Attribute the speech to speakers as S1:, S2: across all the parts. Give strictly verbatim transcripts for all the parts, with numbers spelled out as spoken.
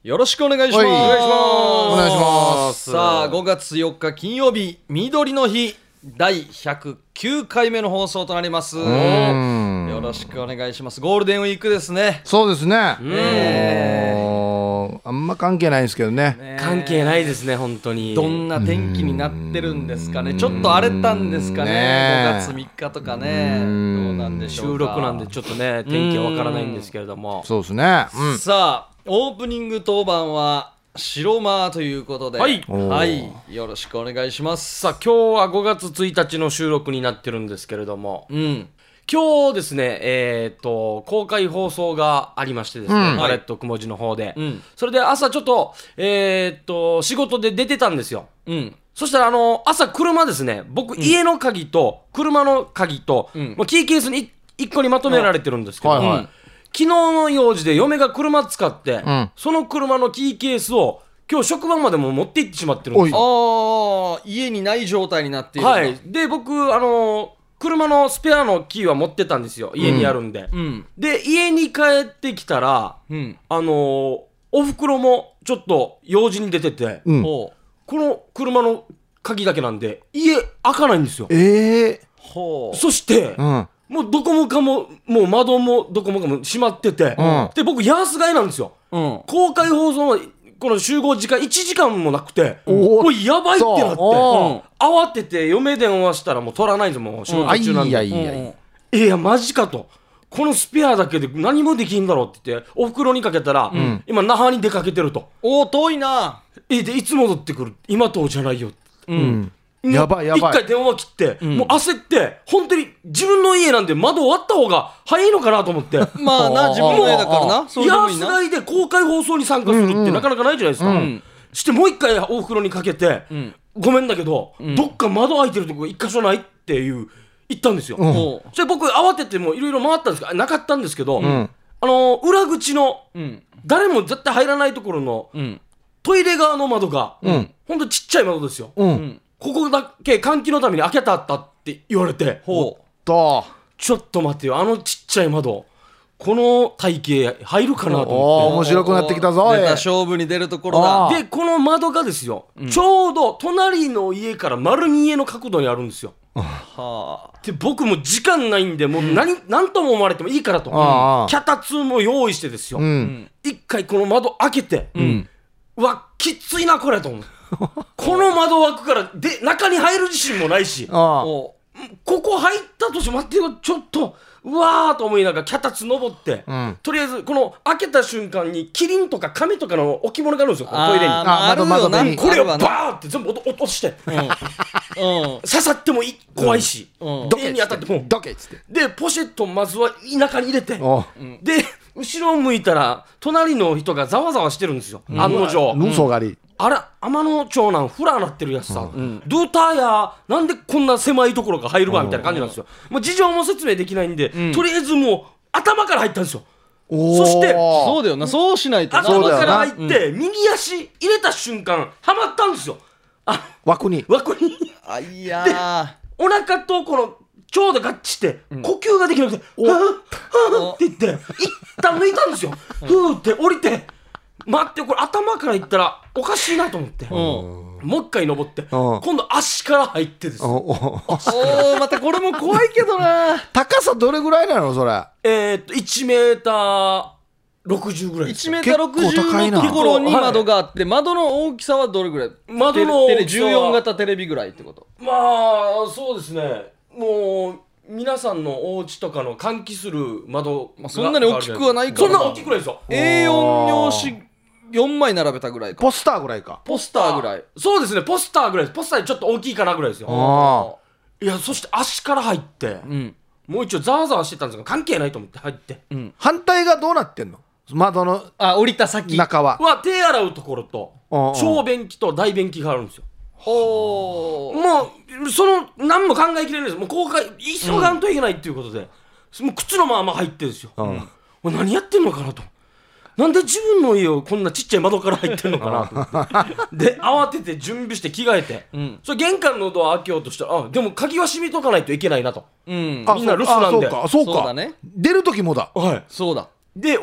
S1: よろしくお願いします。
S2: お願いしますお願いします。
S1: さあごがつよっか金曜日、緑の日だいひゃくきゅうかいめの放送となります。よろしくお願いします。ゴールデンウィークですね。
S2: そうですね。
S1: え
S2: もうあんま関係ないんですけどね。
S1: ね
S3: 関係ないですね本当に。
S1: どんな天気になってるんですかね。ちょっと荒れたんですかね。
S2: ね
S1: ごがつみっかとかね。どうなんでしょうか。
S3: 収録なんでちょっとね天気はわからないんですけれども。
S2: そうですね。うん。
S1: さあオープニング当番は白間ということで、
S3: はい
S1: はい、よろしくお願いします。
S3: さあ今日はごがつついたちの収録になってるんですけれども、
S1: うん
S3: 今日ですねえっ、と公開放送がありましてですね、
S2: うん
S3: パレットくもじの方で、
S1: うん
S3: それで朝ちょっとえっ、と仕事で出てたんですよ。
S1: うん
S3: そしたらあの朝車ですね、僕、家の鍵と車の鍵と、
S1: うん
S3: もうキーケースにいっこにまとめられてるんですけど、
S2: はいはい
S3: うん昨日の用事で嫁が車使って、
S2: ん
S3: その車のキーケースを今日職場までも持って行ってしまってるんですよ。
S1: ああ家にない状態になっているんだ。
S3: はい、で僕あの車のスペアのキーは持ってたんですよ、家にあるんで、
S1: うん
S3: で家に帰ってきたら
S1: うん
S3: あのお袋もちょっと用事に出てて、
S2: うん。
S1: ほう
S3: この車の鍵だけなんで家開かないんですよ。
S2: ええ
S1: ほう
S3: そして、
S2: うん。
S3: もうどこもかももう窓もどこもかも閉まってて、
S2: うん
S3: で僕安買いなんですよ。
S1: うん
S3: 公開放送のこの集合時間いちじかんもなくて、
S2: おー
S3: もうやばいってなって、
S2: おー
S3: 慌てて嫁電話したらもう取らないんですよ、もう仕事
S2: あい
S3: 中なんで、
S2: やいやい
S1: うん
S2: や。
S3: いやマジかと、このスペアだけで何もできんだろうって言ってお袋にかけたら、今那覇に出かけてると。
S1: おお遠いな。
S3: えでいつ戻ってくる、今とじゃないよ。
S1: うん
S2: やばいやばい
S3: 一回電話切って、もう焦って本当に自分の家なんで窓割った方が早いのかなと思って
S1: まあな自分の家だからな。それでもいい
S3: 安
S1: な。
S3: 代で公開放送に参加するってなかなかないじゃないですか、
S1: ん
S3: してもう一回お袋にかけて、
S1: ん
S3: ごめんだけど、どっか窓開いてるとこ一箇所ないっていう言ったんですよ、
S1: ほ
S3: それ僕慌ててもいろいろ回ったんですけどなかったんですけど、
S2: ん
S3: あのー裏口の
S1: ううん
S3: 誰も絶対入らないところの
S1: うん
S3: トイレ側の窓が、
S2: ん
S3: ほんとちっちゃい窓ですよ、
S2: う。
S1: うんん
S3: ここだけ換気のために開けたったって言われて、
S1: ほ
S2: と。
S3: ちょっと待ってよ、あのちっちゃい窓この体型入るかなと
S2: お
S3: 思っ
S2: ー面白くなってきたぞおい
S1: 出た勝負に出るところ
S2: あ
S1: だ。
S3: てでこの窓がですよ、ちょうど隣の家から丸見えの角度にあるんですよ。
S1: はあ
S3: で僕も時間ないんでもう何,、何とも思われてもいいからと、
S2: ああ
S3: 脚立も用意してですよ、
S2: うん。
S3: 一回この窓開けて、
S1: ん
S3: うわきついなこれと思うこの窓枠からで中に入る自信もないし、
S2: ああ。
S1: お
S3: ここ入ったとして待ってよちょっとうわーと思いながら脚立登って、
S2: うん
S3: とりあえずこの開けた瞬間にキリンとか亀とかの置物があるんですよ、このトイレに。
S1: あーまああるよな。
S2: 窓窓に
S3: これをバ
S1: あるわ
S3: ーって全部落と落として
S1: なうん
S3: 刺さってもいい怖いし、
S1: うん
S3: 手に当たっても
S2: どけっつって。
S3: でポシェットまずは田舎に入れて、
S2: お
S3: で後ろを向いたら隣の人がざわざわしてるんですよ、案の定。
S2: ぬそがり。
S3: あら天の長男フラーなってるやつさ、ドゥーターやなんでこんな狭いところが入るわみたいな感じなんですよ。もう事情も説明できないんで、とりあえずもう頭から入ったんですよ。
S2: おー
S3: そして
S1: そうだよな。そうしないとな。
S3: 頭か
S2: そうだよな
S3: ら入って、右足入れた瞬間はまったんですよ、あ
S2: 枠に。
S3: 枠に。
S1: あいや
S3: お腹とこのちょうど合致して呼吸ができなくて、はぁはぁって言って一旦抜いたんですよ、ふーって降りて待って、これ頭からいったらおかしいなと思って、
S1: ーうん
S3: もう一回登って今度足から入ってですね、
S2: おお
S1: おーまたこれも怖いけどな。
S2: 高さどれぐらいなのそれ。
S3: えー、っといちメーターろくじゅうぐらいです
S1: 1
S3: よ。
S1: メーターろくじゅう
S2: 結構高いな
S1: のところに窓があって、窓の大きさはどれぐらい？
S3: 窓の大きさは
S1: テレじゅうよん型テレビぐらいってこと？
S3: まあそうですね、もう皆さんのお家とかの換気する窓が、
S1: まあそんなに大きくはないからな
S3: そんな大きくないですよ。
S1: エーよん 用紙よんまい並べたぐらいか。
S2: ポスターぐらいか。
S1: ポスターぐらい。
S3: そうですね、ポスターぐらいです。ポスターよりちょっと大きいかなぐらいですよ。
S2: あ
S3: いやそして足から入って、
S1: うん
S3: もう一応ざわざわしてたんですが関係ないと思って入って、
S1: うん。
S2: 反対がどうなってんの窓の
S1: あ降りた先。
S2: 中は。
S3: は手洗うところと
S2: うんうん
S3: 小便器と大便器があるんですよ。
S1: ほー。
S3: もうその何も考えきれないです。もう公開急がんといけないっていうことで、もう靴のまま入ってですよ、
S2: うん
S3: もう何やってんのかなと、なんで自分の家をこんなちっちゃい窓から入ってんのかなとで慌てて準備して着替えて、
S1: うん
S3: それ玄関のドア開けようとしたら、あでも鍵は閉めとかないといけないなと、
S1: うん。
S2: あ
S3: みんな留守なんで
S2: そうかそうか
S1: そうだね。
S2: 出る時もだ。
S3: はい、
S1: そうだ。
S3: で俺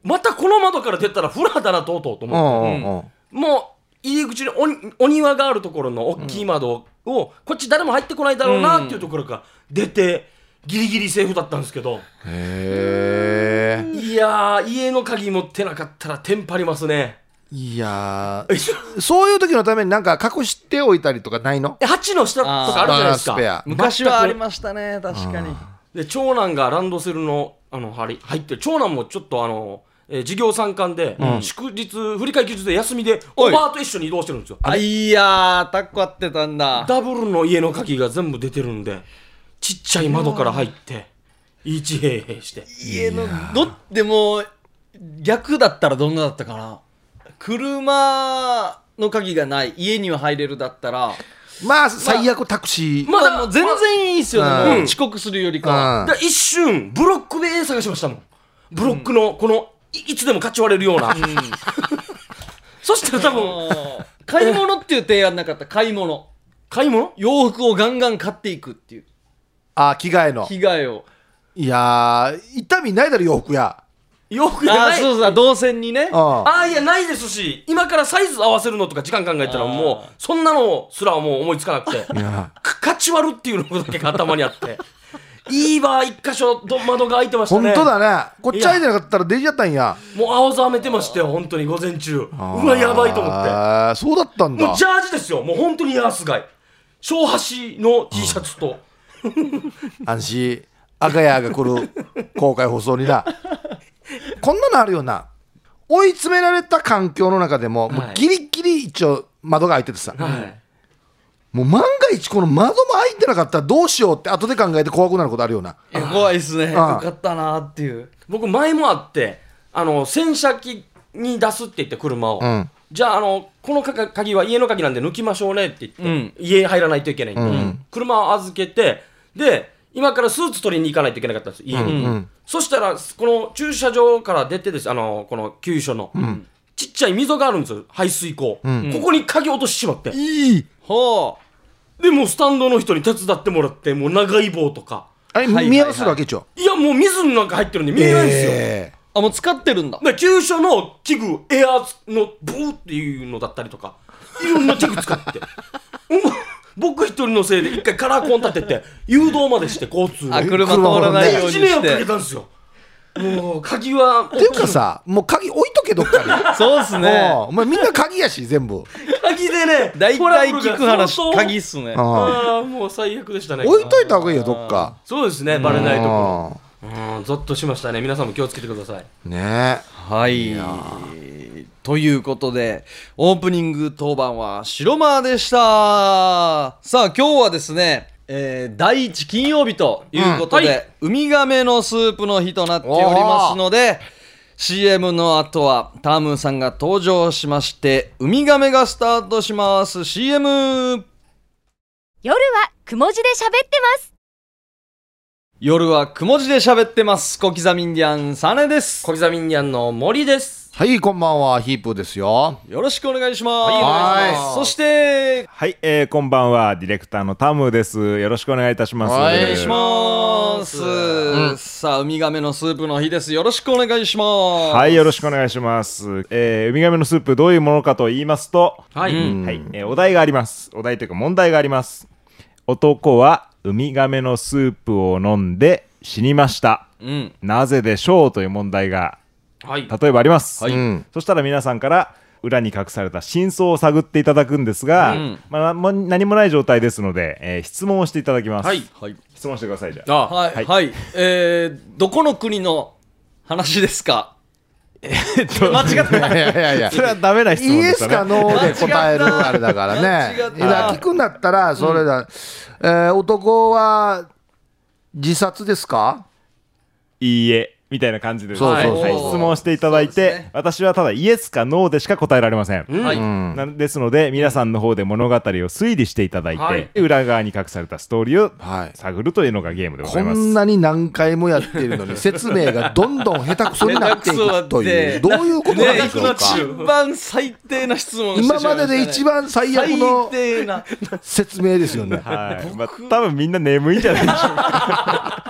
S3: またこの窓から出たらフラだなとうとうと
S2: う
S3: 思って、
S2: んうんうん
S3: もう入り口に お, お庭があるところの大きい窓を、うん、こっち誰も入ってこないだろうなっていうところから出てギリギリセーフだったんですけど、
S2: へえ。
S3: いやー家の鍵持ってなかったらテンパりますね。
S2: いやーそういう時のためになんか隠しておいたりとかないの？
S3: 鉢の下とかあるじゃないですか。
S2: スペア
S1: 昔はありましたね、確かに。
S3: で長男がランドセルのあの入って長男もちょっとあのえー、授業参観で、うん、祝日振り替え休日で休みでおばあと一緒に移動してるんですよ。
S1: あいやータッコ合ってたんだ。
S3: ダブルの家の鍵が全部出てるんでちっちゃい窓から入って一閉閉して
S1: 家のどでも逆だったらどんなだったかな。車の鍵がない家には入れるだったら
S2: まあ最悪タクシー、
S1: まあ、まあ、もう全然いいっすよね、
S2: うん、
S1: 遅刻するよりかは。
S3: だ一瞬ブロック塀探しましたもん。ブロックのこの、うんい, いつでも勝ち割れるような、うん、そしたら多分
S1: 買い物っていう提案なかった。買い物
S3: 買い物
S1: 洋服をガンガン買っていくっていう。
S2: あ着替えの
S1: 着替えを。
S2: いやー痛みないだろ洋服や
S3: 洋服やない。
S1: あそうそう動線にね。
S3: ああいやないですし今からサイズ合わせるのとか時間考えたらもうそんなのすらもう思いつかなくて
S2: いや
S3: 勝ち割るっていうのだけが頭にあっていいわ一箇所ど窓が開いてましたね。
S2: 本当だね。こっち開いてなかったら出ちゃったんや。
S3: もう青ざめてましたよ本当に午前中。うわやばいと思って。
S2: ああそうだったんだ。
S3: もうジャージですよもう本当にヤースガイ小橋の T シャツと
S2: 安心赤屋が来る公開放送になこんなのあるよな。追い詰められた環境の中でも、はい、もうギリギリ一応窓が開いててさ、はいもう万が一この窓も開いてなかったらどうしようって後で考えて怖くなることあるよな。
S1: いや怖いっすね。よかったなっていう。
S3: 僕前もあってあの洗車機に出すって言って車を、うん、じゃあ、あのこの鍵は家の鍵なんで抜きましょうねって言って、うん、家入らないといけないんで、うん、車を預けてで今からスーツ取りに行かないといけなかったんです家に、うんうん、そしたらこの駐車場から出てですあのこの給油所の、うん、ちっちゃい溝があるんですよ排水溝、うん、ここに鍵落としてしまって
S2: いい
S3: はあでもうスタンドの人に手伝ってもらってもう長い棒とか
S2: あれ、はいはいはい、見合わせるわけちょ。
S3: いやもう水の中入ってるんで見えないんですよ、
S1: えー、あもう使ってるんだ。
S3: で急所の器具エアーのブーっていうのだったりとかいろんな器具使って僕一人のせいで一回カラーコン立てて誘導までして交通
S1: あ車通らないようにして
S3: いちねんをかけたんですよ。もう鍵は
S2: っていうかさもう鍵置いとけどっかに
S1: そうっすね。
S2: お前みんな鍵やし全部
S3: 鍵でね
S1: 大体聞く話鍵っすね。
S3: ああもう最悪でしたね。
S2: 置いといた方がいいよどっか。
S3: そうですねバレないところ。うんゾッとしましたね。皆さんも気をつけてください
S2: ね。
S1: はいということでオープニング当番は白間でした。さあ今日はですねえー、だいいち金曜日ということで、うんはい、ウミガメのスープの日となっておりますので シーエム の後はタームーさんが登場しましてウミガメがスタートします。 シーエム
S4: 夜はくも字で喋ってます。
S1: 夜はくも字で喋ってます。小刻みインディアンサネです。
S3: 小刻みインディアンの森です。
S2: はいこんばんはヒープですよ。
S1: よろしくお願いします。
S3: はいお願いします。
S1: そして
S5: はい、えー、こんばんはディレクターのタムです。よろしくお願いいたします。
S1: お願いします、うん、さあウミガメのスープの日です。よろしくお願いします。
S5: はいよろしくお願いします、えー、ウミガメのスープどういうものかと言いますと
S3: はい、
S5: うんはいえー、お題があります。お題というか問題があります。男はウミガメのスープを飲んで死にました、うん、なぜでしょうという問題がはい、例えばあります、はいうん、そしたら皆さんから裏に隠された真相を探っていただくんですが、うんまあ、も何もない状態ですので、えー、質問をしていただきます、
S1: はいはい、
S5: 質問してください。じゃあ、
S1: あはい、はいはいえー、どこの国の話ですか？
S5: えー、っと
S1: 間違った
S2: いやいやいや
S5: それはダメな質問
S2: イエ
S5: でしたね。
S2: スかノーで答えるあれだからね。聞くんだったらそれだ、うんえー、男は自殺ですか？
S5: いいえみたいな感じで、
S2: そうそうそう、
S5: はい、質問していただいて、ね、私はただイエスかノーでしか答えられません、
S3: うんはい、
S5: なですので皆さんの方で物語を推理していただいて、はい、裏側に隠されたストーリーを探るというのがゲームでございます。
S2: こんなに何回もやっているのに説明がどんどん下手くそになっていくというどういうことなんでしょうか。
S1: 一番最低な質問をしてしまいましたね。
S2: 今までで一番最悪の説明ですよね。
S5: はい、まあ、多分みんな眠いんじゃないでしょうか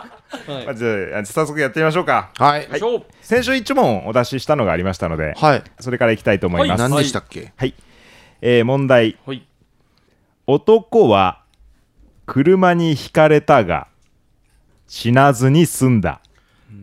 S5: まあ、じゃあ早速やってみましょうか。
S2: はい
S3: はい、
S5: 先週いち問お出ししたのがありましたので、
S2: はい、
S5: それからいきたいと思います。
S2: 何でしたっけ？
S5: はい、えー、問題、
S3: はい、
S5: 男は車にひかれたが死なずに済んだ、うん、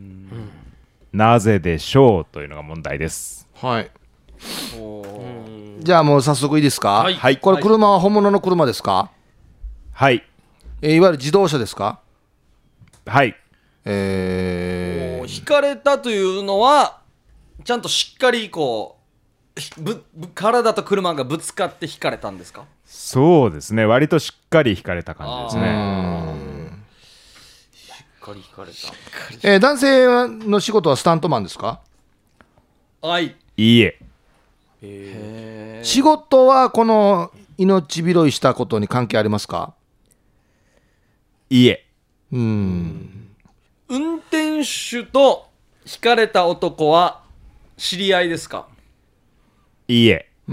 S5: なぜでしょうというのが問題です。
S2: はい。じゃあもう早速いいですか？
S3: はい、
S2: これ車は本物の車ですか？
S5: はい、
S2: えー、いわゆる自動車ですか？
S5: はい。
S2: えー、
S1: 引かれたというのはちゃんとしっかりこうぶぶ体と車がぶつかって引かれたんですか？
S5: そうですね、割としっかり引かれた感じですね。
S3: しっかり引かれた。
S2: えー、男性の仕事はスタントマンですか？
S1: はい。
S5: いいえ。
S1: へー。
S2: 仕事はこの命拾いしたことに関係ありますか？
S5: いいえ。
S2: うーん。
S1: 運転手と引かれた男は知り合いですか？
S5: いいえ。
S2: うん。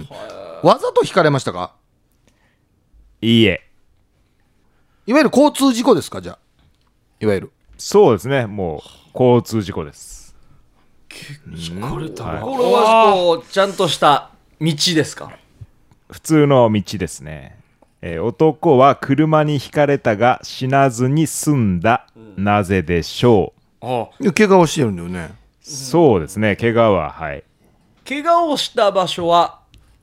S2: わざと引かれましたか？
S5: いいえ。
S2: いわゆる交通事故ですか？じゃあいわゆる
S5: そうですね、もう交通事故です。
S3: 引かれた、
S5: はい、
S1: これはこうちゃんとした道ですか？
S5: 普通の道ですね。えー、男は車にひかれたが死なずに済んだ、うん、なぜでしょう？
S2: ああ、怪我をしてるんだよね。
S5: そうですね、怪我は、はい。
S1: 怪我をした場所は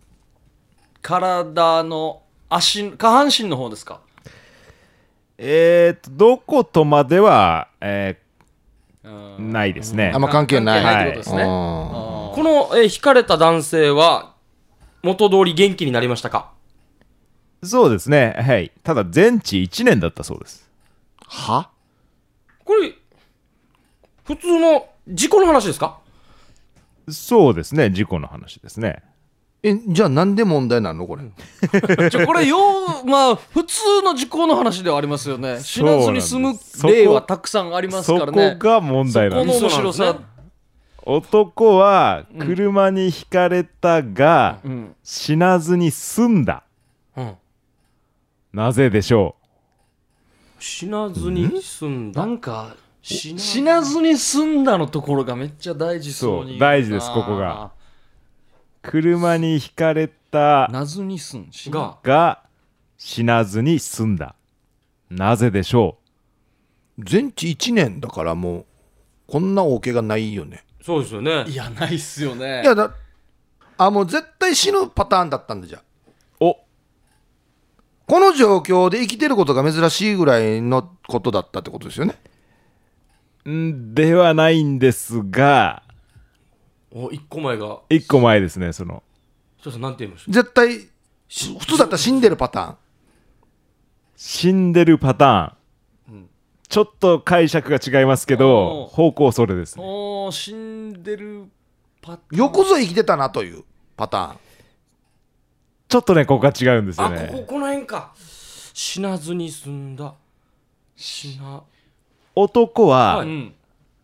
S1: 体の足下半身の方ですか？
S5: えーとどことまでは、えー、ないですね。
S2: あんま関係ない。
S1: 関係ないってことですね。
S3: この、えー、引かれた男性は元通り元気になりましたか？
S5: そうですね、はい。ただ全治いちねんだったそうです。
S2: は？
S3: これ普通の事故の話ですか？
S5: そうですね、事故の話ですね。
S2: え、じゃあなんで問題なのこれ？
S1: じゃこれようまあ普通の事故の話ではありますよね。死なずに済む例はたくさんありますからね。
S5: そこが問題なんです。
S1: そこの面白さ。
S5: 男は車にひかれたが、うん、死なずに済んだ、うん、なぜでしょ
S3: う？死なずに済んだ、
S1: なんか死な、死なずに済んだのところがめっちゃ大事そうに。
S5: そう大事です。ここが車にひかれた
S1: なずに済ん
S5: がが死なずに済んだ、なぜでしょ
S2: う？全治いちねんだからもうこんな大怪我ないよね。
S3: そうですよね。
S1: いやないっすよね。
S2: いやだあもう絶対死ぬパターンだったんだ。じゃあ
S5: お
S2: この状況で生きてることが珍しいぐらいのことだったってことですよね。
S5: んではないんですが、
S3: おいっこまえが
S5: いっこまえですね。その
S3: ちょっとなんて言いました？
S2: 絶対普通だったら死んでるパターン。
S5: 死んでるパターン、うん、ちょっと解釈が違いますけど方向それですね。
S1: お死んでるパターン、
S2: よくぞ生きてたなというパターン。
S5: ちょっとねここが違うんですよね。
S3: あこここの辺か。死なずに済んだ。死な
S5: 男は、はい、
S3: うん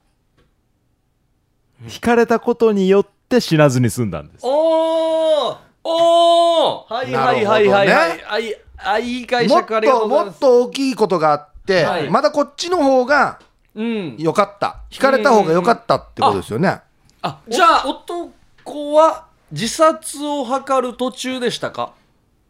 S5: 引かれたことによって死なずに済んだんです。
S1: おーおーはいはいはいはいはい、あいい解釈ありがとうございます。
S2: もっともっと大きいことがあって、はい、まだこっちの方が良かった、引かれた方が良かったってことですよね。あ
S1: あじゃあ男は自殺を図る途中でしたか？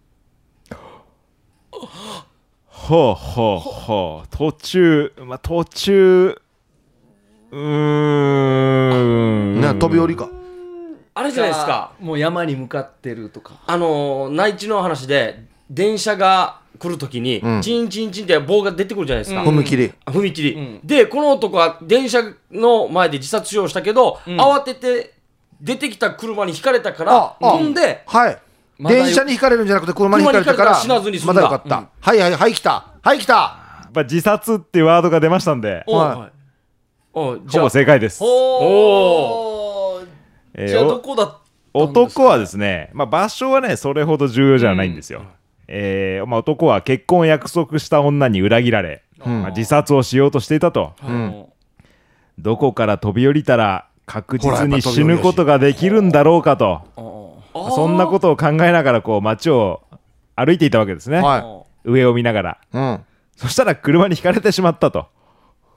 S5: ほうほうほう途中まあ途中うーん
S2: ね飛び降りか
S3: あれじゃないですか。
S1: もう山に向かってるとか、
S3: あのー、内地の話で電車が来るときに、うん、チンチンチンって棒が出てくるじゃないですか、
S2: うん、踏切
S3: 踏切、うん、でこの男は電車の前で自殺しようしたけど、うん、慌てて出てきた車にひかれたから飛んで、
S2: はいま、電車にひかれるんじゃなくて車にひかれたから
S3: 死なずに済んだ。
S2: まだよかった、うん、はいはいはい来たはい来た。
S5: やっぱ自殺っていうワードが出ましたんで、
S3: はい、
S5: おほぼ正解です。
S1: おお、えー、じゃあどこだったんですか？
S5: 男はですね、まあ、場所はねそれほど重要じゃないんですよ、うんえーまあ、男は結婚を約束した女に裏切られ、うんまあ、自殺をしようとしていたと、うん、どこから飛び降りたら確実に死ぬことができるんだろうかと、まあ、そんなことを考えながらこう街を歩いていたわけですね、はい、上を見ながら、うん、そしたら車にひかれてしまったと。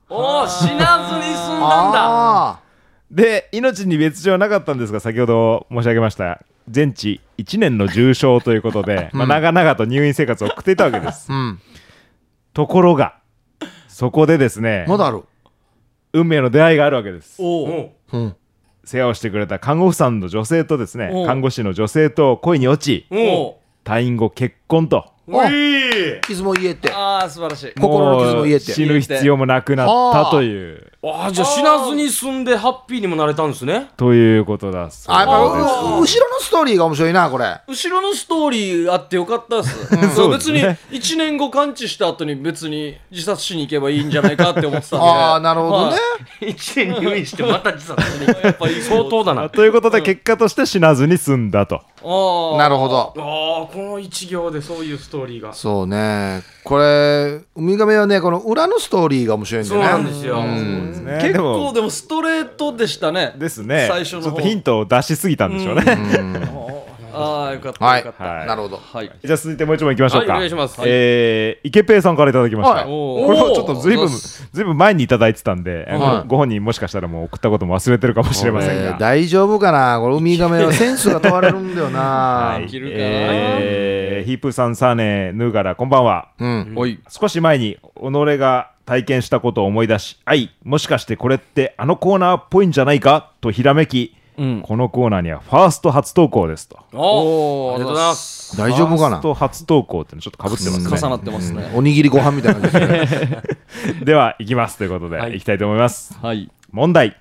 S3: おお、死なずに済んだんだ。
S2: あ
S5: で命に別状なかったんですが、先ほど申し上げました全治いちねんの重傷ということで、まあ、長々と入院生活を送っていたわけです、
S2: ーうん
S5: ところがそこでですね、
S2: まだある。
S5: 運命の出会いがあるわけです。
S1: おお。
S3: お
S2: うん
S5: 世話をしてくれた看護婦さんの女性とですね、
S1: おう
S5: 看護師の女性と恋に落ち、
S3: お
S5: 退院後結婚と、
S3: おい。
S2: 傷も癒えて。
S1: ああ素晴らしい。
S2: 心の傷も癒えて
S5: う死ぬ必要もなくなったという
S3: ああ、じゃあ死なずに済んでハッピーにもなれたんですね。
S5: ということだそう
S2: あ、やっぱう
S5: です。
S2: 後ろのストーリーが面白いなこれ。
S1: 後ろのストーリーあってよかったです。
S5: そう
S1: 別に
S5: ですね
S1: いちねんご完治した後に別に自殺しに行けばいいんじゃないかって思ってたんで。
S2: ああなるほどね。
S1: はい
S3: 一年入院してまた自殺に。
S1: やっぱり
S3: 相当だな。あ
S5: ということで結果として死なずに済んだと。
S1: ああ。
S2: なるほど。
S3: あ、この一行でそういうストーリーが。
S2: そうね。これウミガメはねこの裏のストーリーが面白いんだ
S3: そう
S2: よね。
S3: なんですよ。
S2: うん
S5: ですね
S1: 結
S5: でも
S1: 構でもストレートでしたね。
S5: ですね。
S1: 最初の方
S5: ちょっとヒントを出しすぎたんでしょうね。
S1: ああよかった
S2: はい
S1: よかった。
S5: はい
S2: なるほど。
S1: はい。
S5: じゃあ続いてもう一問いきましょうか。
S3: はいお願いします
S5: えー、池ペイさんからいただきました。
S2: はい
S1: おー
S5: これもちょっとずいぶん
S1: おー
S5: ずいぶん前にいただいてたんで、
S2: はい
S5: ご本人もしかしたらもう送ったことも忘れてるかもしれません
S2: これ
S5: が。
S2: 大丈夫かな。これウミガメはセンスが問われるんだよな。
S5: はい
S1: できるかな
S5: えーヒープーさん、サーネヌーガラ、こんばんは。
S2: うん。
S1: おい。
S5: 少し前に己が体験したことを思い出し、あい、もしかしてこれってあのコーナーっぽいんじゃないかとひらめき、
S1: うん。
S5: このコーナーにはファースト初投稿ですと。
S3: おお、ありがとうございます。
S2: 大丈夫かな
S5: ファース。ト初投稿ってのちょっとかぶってますね。
S1: 重なってますね。
S2: おにぎりご飯みたいな感じですね。
S5: では、いきますということで、
S3: はい
S5: いきたいと思います。
S1: はい。
S5: 問題。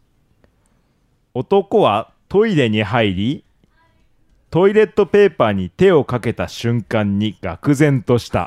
S5: 男はトイレに入り、トイレットペーパーに手をかけた瞬間に愕然とした。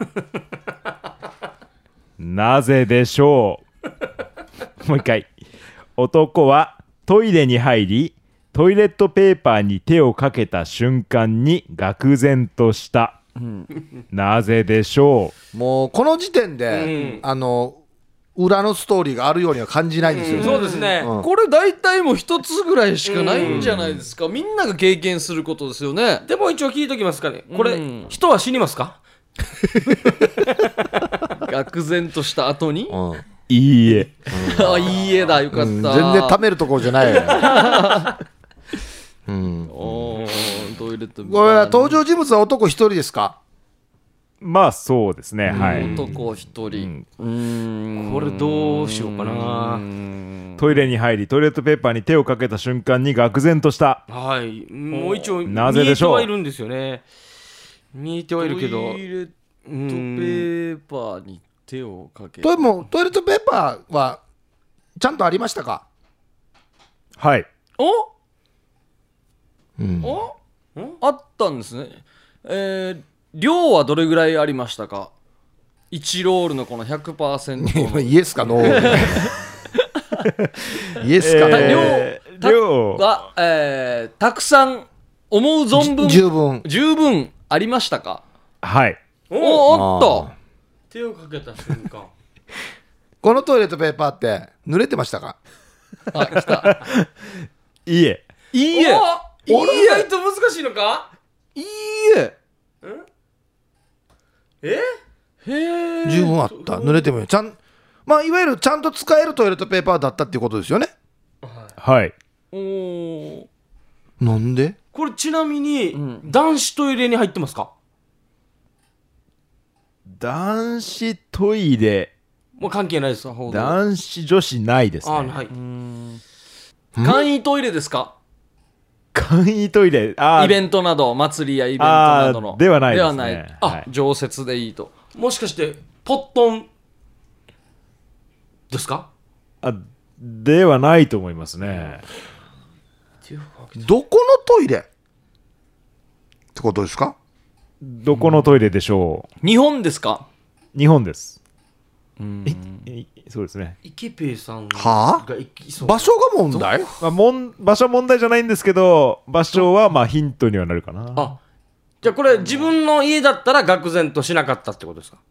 S5: なぜでしょう。もう一回。男はトイレに入り、トイレットペーパーに手をかけた瞬間に愕然とした。なぜでしょ
S2: もうこの時点で、あの裏のストーリーがあるようには感じないんですよね。
S3: そうですね。
S2: うん
S1: これ大体もう一つぐらいしかないんじゃないですか。みんなが経験することですよね。
S3: でも一応聞いときますかね。これ、
S1: うん
S3: 人は死にますか？
S1: 愕然とした後に。
S2: うん
S5: う。いいえ。
S1: あいい絵だよかった。
S2: うん全然貯めるところじゃないよ。うん、
S1: おートイレット。
S2: これは登場人物は男一人ですか。
S5: まあそうですね。はい。
S1: 男一人。うーん。
S3: これどうしようかな。
S5: トイレに入りトイレットペーパーに手をかけた瞬間に愕然とした。
S3: はい。もう一応
S5: なぜでしょう
S3: 見えてはいるんですよね。見えてはいるけど。
S1: トイレットペーパーに手をかけ。
S2: でもトイレットペーパーはちゃんとありましたか。
S5: はい。
S1: お？
S2: うん、
S1: お？あったんですね。えー、量はどれぐらいありましたか。いちロールのこの ひゃくパーセント の
S2: イエスかノー。イエスかノー。
S5: えー
S1: た
S5: 量
S1: が、えー、たくさん思う存分
S2: 十分。
S1: 十分ありましたか。
S5: はい。
S1: おおっと。
S3: 手をかけた瞬間。
S2: このトイレットペーパーって濡れてましたか。
S1: あ来た。
S5: いいえ。
S1: いいえ。
S3: お意外と難しいのか？
S1: いいえ。
S3: え？
S1: へえ。
S2: 十分あった。濡れてもいい。ちゃん、まあいわゆるちゃんと使えるトイレットペーパーだったっていうことですよね。
S5: はい。
S1: おお。
S2: なんで？
S3: これちなみに、
S1: ん
S3: 男子トイレに入ってますか？
S5: 男子トイレ、
S3: もう関係ないです。あ
S5: 男子女子ないですね。
S3: はい。
S1: 簡易トイレですか。
S5: 簡易トイレ、あー
S1: イベントなど祭りやイベントなどの
S5: あーではないですね
S1: ではない。
S5: は
S1: あ
S5: い
S1: 常設でいいと。
S3: もしかしてポットンですか？
S5: あではないと思いますね。
S2: どこのトイレってことですか。
S5: どこのトイレでしょ
S1: 日本ですか。
S5: う。日本です。ええそうですね。
S3: イケペイさん
S2: はあ
S3: が行きそう。
S2: 場所が問題。
S5: まあ、もん場所問題じゃないんですけど、場所はまあヒントにはなるかな。
S3: あ、じゃあこれ自分の家だったら愕然としなかったってことですか？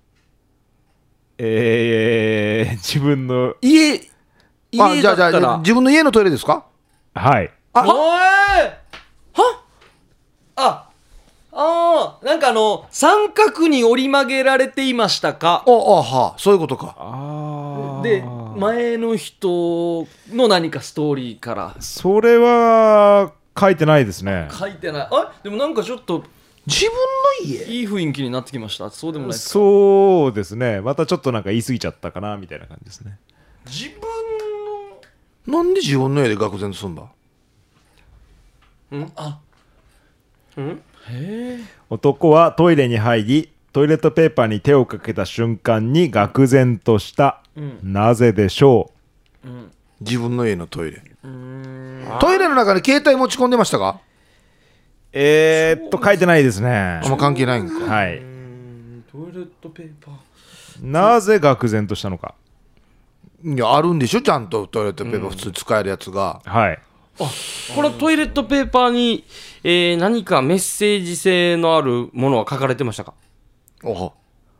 S5: えー、自分の、
S3: 家
S2: あ、じゃあじゃあ
S3: 家だったら
S2: 自分の家のトイレですか。
S5: はい。
S2: あ、
S1: おいはああーなんかあの三角に折り曲げられていましたか。
S2: あ、あ、はあ、そういうことか。
S5: あ
S1: で前の人の何かストーリーから
S5: それは書いてないですね。
S1: 書いてない。あでもなんかちょっと
S2: 自分の家
S1: いい雰囲気になってきました。そうでもないですか。
S5: そうですね。またちょっとなんか言い過ぎちゃったかなみたいな感じですね。
S1: 自分
S2: なんで自分の家で愕然とすんだ。
S1: んあ
S3: うん
S1: へえ
S5: 男はトイレに入りトイレットペーパーに手をかけた瞬間に愕然とした、うん、なぜでしょう、うん、
S2: 自分の家のトイレ。うーんトイレの中に携帯持ち込んでましたか。
S5: えー、っと書いてないですね。
S2: あんま関係ないんか。
S5: はい。
S1: トイレットペーパー
S5: なぜ愕然としたのか。
S2: いやあるんでしょちゃんとトイレットペーパー普通使えるやつが、
S5: うん、はい。
S3: あこれはトイレットペーパーに、えー、何かメッセージ性のあるものは書かれてましたか。
S2: おは。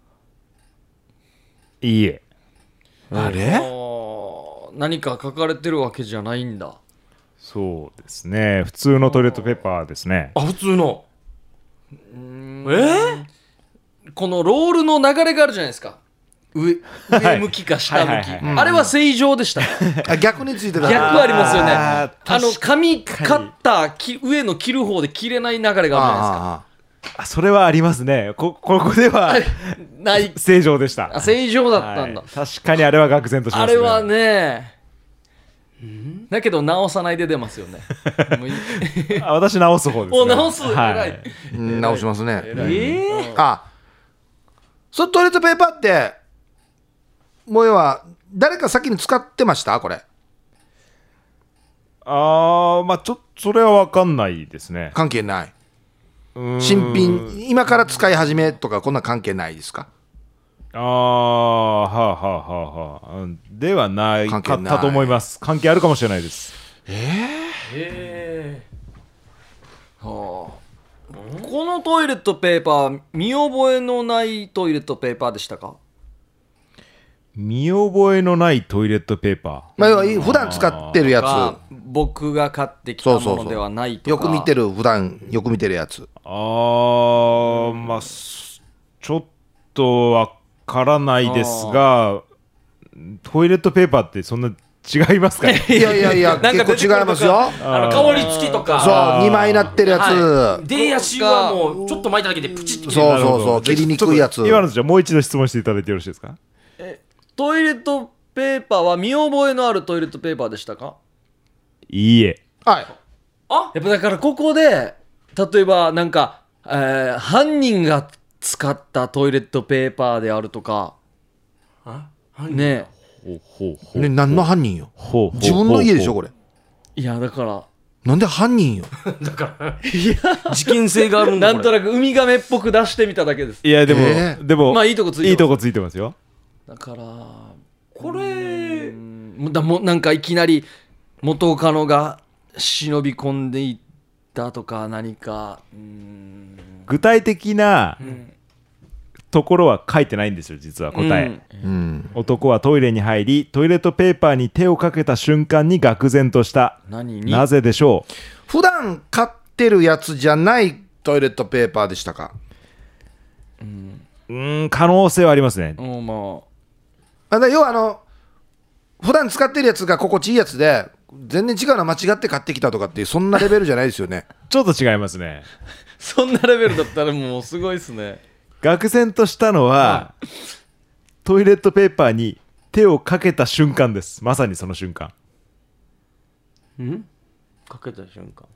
S5: いいえ。
S2: あれ
S1: 何か書かれてるわけじゃないんだ。
S5: そうですね。普通のトイレットペーパーですね。
S3: あ普通の
S1: うーん
S3: えー、
S1: このロールの流れがあるじゃないですか。上, 上向きか下向き、あれは正常でした
S2: あ逆についてた。
S1: 逆ありますよね。
S5: あ
S1: あの紙カッターき上の切る方で切れない流れがあるじゃないですか。
S5: あそれはありますね。こ, ここでは
S1: ない
S5: 正常でした。
S1: あ正常だったんだ、
S5: はい、確かにあれは愕然としますね。
S1: あれはねだけど直さないで出ますよね
S5: あ私直す方ですね。
S1: お直す、
S5: はい、
S1: 偉い
S2: 直しますね。
S3: えー、
S2: あそのトイレットペーパーってもう要は誰か先に使ってましたこれ。
S5: ああまあちょっとそれは分かんないですね。
S2: 関係ない。新品今から使い始めとかこんな関係ないですか。
S5: ああはあはあはあはあではないかったと思います。関係あるかもしれないです。
S2: えー、
S1: えー、はあ、このトイレットペーパー見覚えのないトイレットペーパーでしたか。
S5: 見覚えのないトイレットペーパー、
S2: まあ、要は普段使ってるやつ。
S1: 僕が買ってきたものではないとか。
S2: そうそうそうよく見てる普段よく見てるやつ。
S5: あーまあちょっとわからないですがトイレットペーパーってそんな違いますかね。
S2: いやいやいや結構違いますよ。
S3: あの香り付きとか
S2: そうにまいになってるやつ、
S3: はい、出足はもうちょっと巻いただけでプチッと切れる。
S2: そうそうそう切りにくいやつ。
S5: 今のじゃもう一度質問していただいてよろしいですか。
S1: えトイレットペーパーは見覚えのあるトイレットペーパーでしたか。
S5: いいえ。
S2: はい。
S1: あやっぱだからここで例えばなんか、えー、犯人が使ったトイレットペーパーであるとかね
S5: ほうほうほう
S2: ね何の犯人よ。
S5: ほうほうほう
S2: 自分の家でしょこれ。
S1: いやだから
S2: なんで犯人よ。
S3: だから事件性があるんだ。
S1: なんとなくウミガメっぽく出してみただけです。
S5: いやでも、
S2: えー、
S5: でも
S1: まあいいとこついてます。
S5: いいとこついてますよ。
S1: だから
S3: これ
S1: だもなんかいきなり元カノが忍び込んでいったとか何かうーん
S5: 具体的なところは書いてないんですよ実は答え、
S2: うん、
S5: 男はトイレに入りトイレットペーパーに手をかけた瞬間に愕然とした。
S1: 何に
S5: なぜでしょう。
S2: 普段買ってるやつじゃないトイレットペーパーでしたか。
S5: うんうーん可能性はありますね。
S1: うんま
S2: あだ要はあの普段使ってるやつが心地いいやつで全然違うの間違って買ってきたとかっていうそんなレベルじゃないですよね。
S5: ちょっと違いますね。
S1: そんなレベルだったらもうすごいっすね。
S5: 愕然としたのは、トイレットペーパーに手をかけた瞬間です。まさにその瞬間。
S3: んかけた瞬間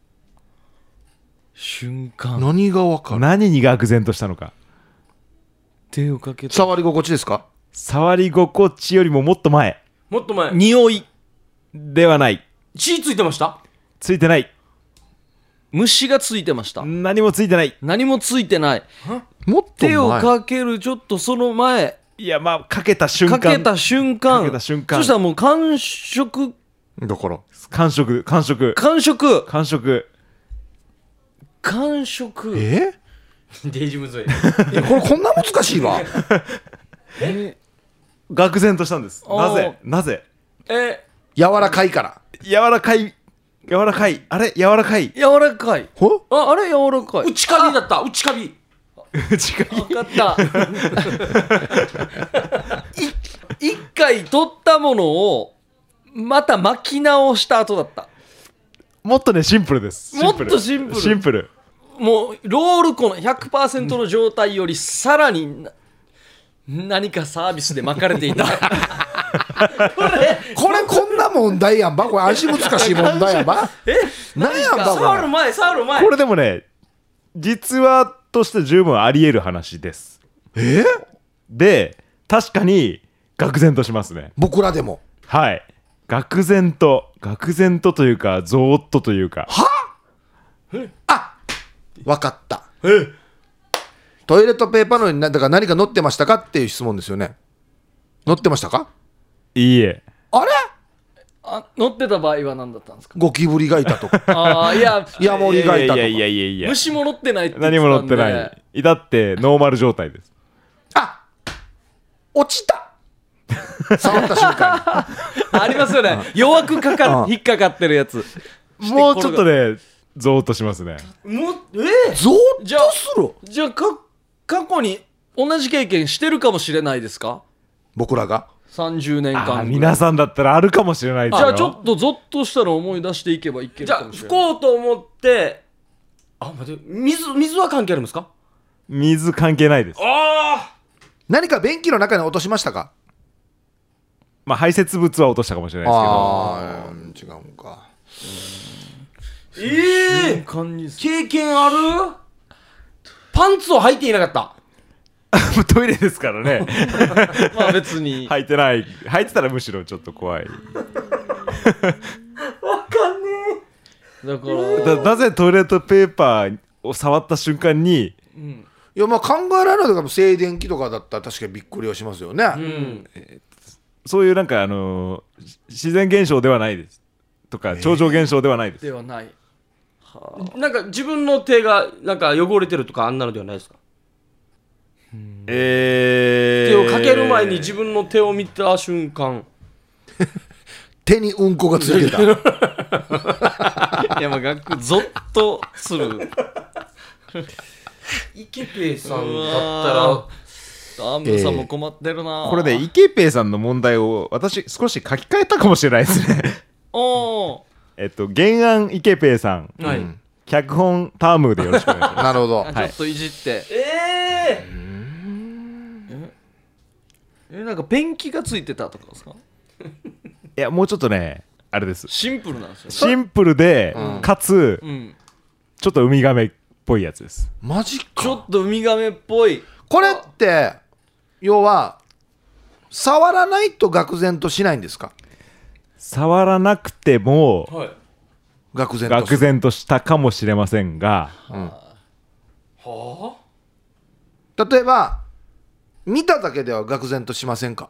S1: 瞬間
S2: 何がわかる。
S5: 何に愕然としたのか。
S1: 手をかけた
S2: 触り心地ですか。
S5: 触り心地よりももっと前
S3: もっと前
S1: 匂い
S5: ではない。
S3: 血ついてました。
S5: ついてない。
S1: 虫がついてました。
S5: 何もついてない。
S1: 何もついてない。
S2: もっと前
S1: 手をかけるちょっとその前
S5: いやまあかけた瞬間
S1: かけた瞬間
S5: かけた瞬間
S1: そしたらもう感触
S2: だから
S5: 感触感触
S1: 感触
S5: 感触
S1: 感触
S2: え
S3: デイジムズ
S2: いやこれこんな難しいわ。
S5: 愕然としたんです。なぜなぜ
S1: え
S2: 柔らかいから。
S5: 柔らかい柔らかいあれ柔らかい
S1: 柔らかい
S2: ほ
S1: ああれ柔らかい
S3: 内カビだった内カビ
S5: 近い
S1: 分かった一回取ったものをまた巻き直した後だった。
S5: もっとねシンプルです。
S1: もっとシンプル
S5: シンプル。
S1: もうロールこの ひゃくパーセント の状態よりさらにな何かサービスで巻かれていた。これ
S2: これこんな問題やんば。これ足難しい問題やんば。
S1: え
S2: 何やんば
S1: 触る前触る前
S5: これでもね実話として十分あり得る話です。
S2: え
S5: で確かに愕然としますね。
S2: 僕らでも。
S5: はい。愕然と愕然とというかゾーッとというか。
S2: はあ分かった。トイレットペーパーの上にだから何か載ってましたかっていう質問ですよね。載ってましたか。
S5: いいえ。
S2: あれ
S1: あ乗ってた場合は何だったんですか。
S2: ゴキブリがいたとか
S1: ああいや
S2: ヤモリがいたとか。
S5: いやいやいやいや
S1: 虫も乗ってないって言って
S5: 何
S1: たんで。
S5: も乗ってない。至ってノーマル状態です。
S2: あ落ちた触った瞬間に
S1: ありますよね。弱くかか
S2: うん
S1: 引っかかってるやつ。
S5: もうちょっとねゾーッとしますね。
S1: もうえ
S2: ゾーッ
S1: じゃあ
S2: とする。
S1: じゃあか過去に同じ経験してるかもしれないですか。
S2: 僕らが
S1: さんじゅうねんかんぐら
S5: あ
S1: い。
S5: 皆さんだったらあるかもしれないですよ。
S1: じゃあちょっとゾッとしたのを思い出していけばいける
S3: じゃあ拭
S1: かもしれない。
S3: こうと思ってあ待って水水は関係あるんですか。
S5: 水関係ないです。
S3: あ
S2: 何か便器の中に落としましたか。
S5: まあ排泄物は落としたかもしれないですけど。
S2: あー違うんか。
S3: ーええ
S1: 感じです。
S3: 経験ある。パンツを履いていなかった。
S5: トイレですからね。
S1: まあ別に。
S5: 履いてない。履いてたらむしろちょっと怖い。
S3: わかんね
S1: だから
S5: だなぜトイレットペーパーを触った瞬間に
S2: いやまあ考えられないけど静電気とかだったら確かにびっくりはしますよね。
S3: え。うん。
S5: そういうなんかあのーし自然現象ではないですとか超常現象ではないです。
S1: ではない。
S3: なんか自分の手がなんか汚れてるとかあんなのではないですか。
S5: えー、
S3: 手をかける前に自分の手を見た瞬間
S2: 手にうんこがついてた。
S1: いやまあ学ゾッとする。
S3: イケペイさんだった
S1: う
S3: ら
S1: わアンブさんも困ってるな。
S5: これねイケペイさんの問題を私少し書き換えたかもしれないですね。
S1: おお。
S5: えっと原案イケペイさん、
S3: はい、
S2: うん
S5: 脚本タームでよろしくお願いします。
S2: なるほど。
S1: ちょっといじって。
S3: ええ
S1: えなんかペンキがついてたとかですか。
S5: いやもうちょっとねあれです。
S1: シンプルなんですよ。
S5: シンプルで、
S2: うん
S5: かつ
S1: うん。
S5: ちょっとウミガメっぽいやつです。
S2: マジか。
S1: ちょっとウミガメっぽい。
S2: これって要は触らないと愕然としないんですか。
S5: 触らなくても
S3: はい。
S2: 愕然とする。
S5: 愕然としたかもしれませんが、
S3: は
S2: 例えば見ただけでは愕然としませんか。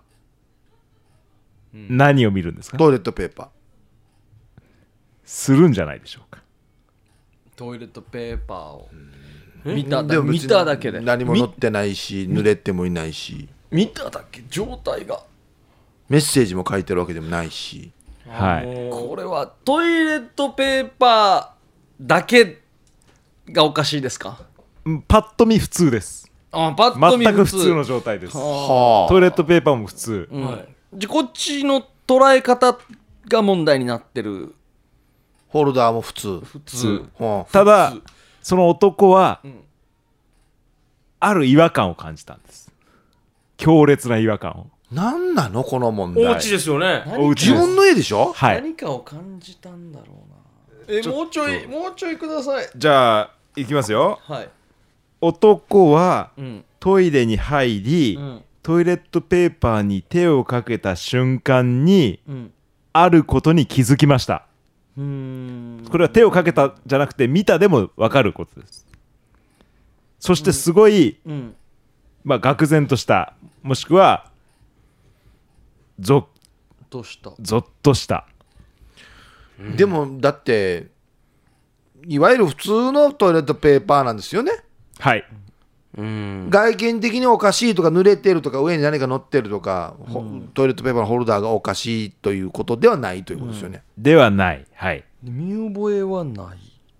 S5: 何を見るんですか。
S2: トイレットペーパ
S5: するんじゃないでしょうか。
S1: トイレットペーパーを見た
S2: ー。
S1: だ見ただけで。
S2: 何も載ってないし濡れてもいないし
S1: 見ただけ状態が。
S2: メッセージも書いてるわけでもないし。
S5: はい。
S1: これはトイレットペーパーだけがおかしいですか。
S5: うんパッと見普通です。
S1: あパッと見
S5: 全く普通の状態です。
S2: は
S5: トイレットペーパーも普通。
S1: うん
S3: はい
S1: じゃこっちの捉え方が問題になってる。
S2: ホルダーも普通。
S1: 普通。
S2: はあ
S5: ただその男は、
S1: ん
S5: ある違和感を感じたんです。強烈な違和感を。
S2: 何なのこの問
S3: お
S2: 題。
S3: 家ですよね。
S5: お家です
S2: 自分の家でしょ。
S5: はい。
S1: 何かを感じたんだろうな。えもうちょいもうちょいください。
S5: じゃあいきますよ。
S1: はい。
S5: 男は
S1: うん
S5: トイレに入り、
S1: うん
S5: トイレットペーパーに手をかけた瞬間に
S1: うん。
S5: あることに気づきました。
S1: うーん。
S5: これは手をかけたじゃなくて見たでも分かることです。そしてすごい、
S1: うん。
S5: まあ愕然としたもしくはゾ
S1: どうした。
S5: ゾッとした。
S2: でもだっていわゆる普通のトイレットペーパーなんですよね。
S5: はい。
S3: うん。
S2: 外見的におかしいとか濡れてるとか上に何か乗ってるとか、ほトイレットペーパーのホルダーがおかしいということではないということですよね。
S5: ではない。はい。
S1: 見覚えはない。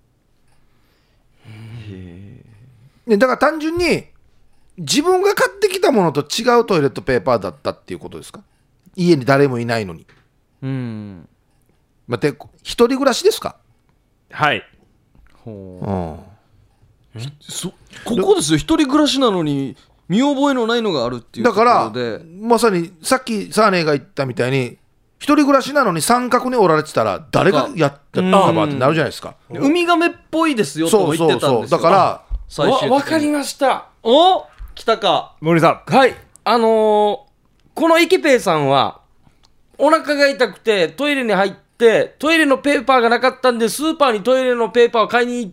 S2: ね、だから単純に自分が買ってきたものと違うトイレットペーパーだったっていうことですか。 家に誰もいないのに。
S1: うん
S2: 待って、一人暮らしですか？
S5: はい
S1: ほう
S2: うん。
S1: そここですよ、一人暮らしなのに見覚えのないのがあるっていうとこ
S2: だから
S1: ろで、
S2: まさにさっきサーネが言ったみたいに、一人暮らしなのに三角におられてたら誰がやったかばってなるじゃないですか。
S1: ウミガメっぽいですよとも言ってたんですよ。
S2: だから
S1: 最終的に
S3: わわかりました。
S1: お来たか。
S5: 森さん
S3: はい、あのー、このイケペイさんはお腹が痛くてトイレに入ってトイレのペーパーがなかったんでスーパーにトイレのペーパーを買いに行って、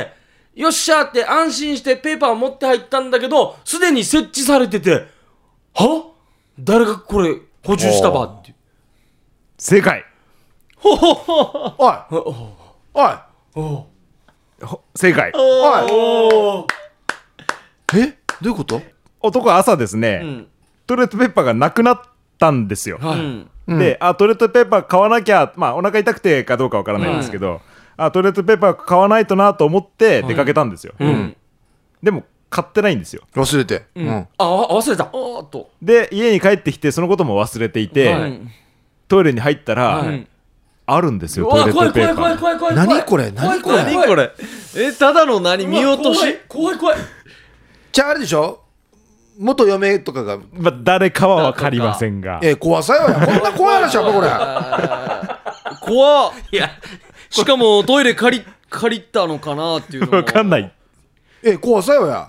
S3: よっしゃーって安心してペーパーを持って入ったんだけど、すでに設置されてて、は誰がこれ補充したばっていう。
S5: 正解
S2: おいおい
S5: ほ正解
S2: おいえどういうこと？
S5: 男は朝ですね、
S1: ん
S5: トイレットペーパーがなくなったんですよ、
S1: うん
S5: で、あトイレットペーパー買わなきゃ、まあお腹痛くてかどうかわからないんですけど、あトイレットペーパー買わないとなと思って出かけたんですよ、
S1: うん
S5: でも買ってないんですよ。
S2: 忘れて、うん
S3: ああ忘れた。
S1: おーっと
S5: で家に帰ってきてそのことも忘れていて、
S3: はい
S5: トイレに入ったら、
S3: はい
S5: あるんですよ
S3: うわ
S5: トイレッ
S3: 怖い怖い怖い
S5: トペーパー。
S3: 怖い怖い。
S2: 何これ何これ
S1: 何これえただの何見落とし。
S3: 怖い怖い。
S2: じゃああれでしょ、元嫁とかが、
S5: まあ、誰かは分かりませんが、
S2: えー、怖さよや、こんな怖い話やっぱこれ。
S1: 怖っ。
S3: いや
S1: しかもトイレ借り借りたのかなっていうのも
S5: 分かんない。
S2: えー、怖さよや。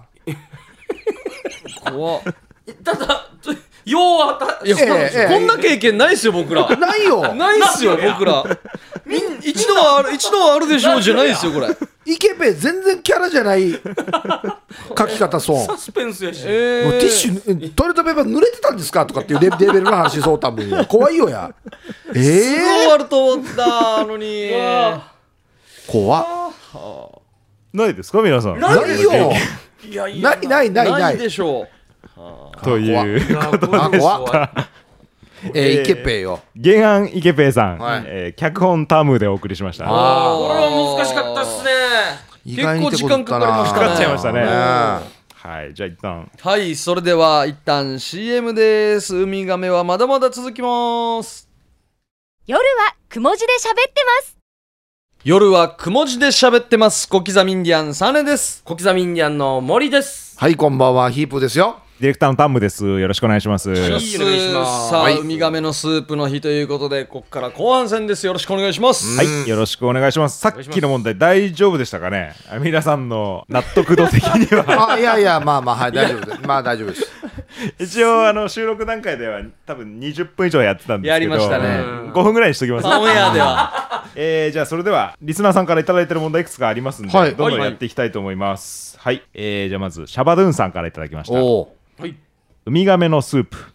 S1: 怖っ。
S3: ただようあた
S1: いや、
S2: ええええ
S1: こんな経験ないっすよ僕ら。
S2: ないよ。
S1: ないっすよ僕ら。みん一度はある一度はあるでしょうじゃないですよこれ。
S2: イケペ全然キャラじゃない書き方そう。
S3: サスペンスやし、
S1: え
S2: もうティッシュ、えトイレットペーパー濡れてたんですかとかっていうレレベルの話そうたんに怖いよや。え
S1: すぐ終
S2: ー、
S1: わると思ったのに。
S2: 怖っ。
S5: ないですか皆さん。
S2: ないよ。
S1: いやいや
S2: ないないないない
S1: ないでしょう。
S5: ということ
S2: あ
S5: でし
S2: 怖った
S5: た。
S2: えー、イケペよ。
S5: 原案イケペイさん、
S2: はい
S5: えー脚本タムでお送りしました。
S2: あ
S3: これは難しかったっすね。
S2: 意外に手こずったな。
S1: 結構時間かかりましたね
S5: かかっちゃいましたね。
S2: ね
S5: はい、じゃあ一旦
S1: はい、それでは一旦 シーエム です。ウミガメはまだまだ続きます。
S4: 夜はくも字で喋ってます。
S1: 夜はくも字で喋ってます。小刻みインディアンサネです。
S3: 小刻みインディアンの森です。
S2: はい、こんばんは、ヒープですよ。
S5: ディレクターのタムです。よろしくお願いします。
S3: いお願いします
S1: さあ、
S2: はい
S1: ウミガメのスープの日ということで、ここから後半戦です。よろしくお願いします。
S5: はい、よろしくお願いします。さっきの問題大丈夫でしたかね。あ皆さんの納得度的には
S2: あ、いやいや、まあまあ、はい、大丈夫です。まあ大丈夫です。
S5: 一応あの収録段階では多分にじゅっぷん以上やってたんですけど、
S1: やりましたね
S5: うんごふんぐらいにしときます。
S1: オンエアでは。
S5: えー、じゃあそれではリスナーさんからいただいてる問題いくつかありますんで、
S2: はい
S5: どんどんやっていきたいと思います。はい、えー、じゃあまずシャバドゥンさんからいただきました。
S2: おお。
S5: ウミガメのスープ。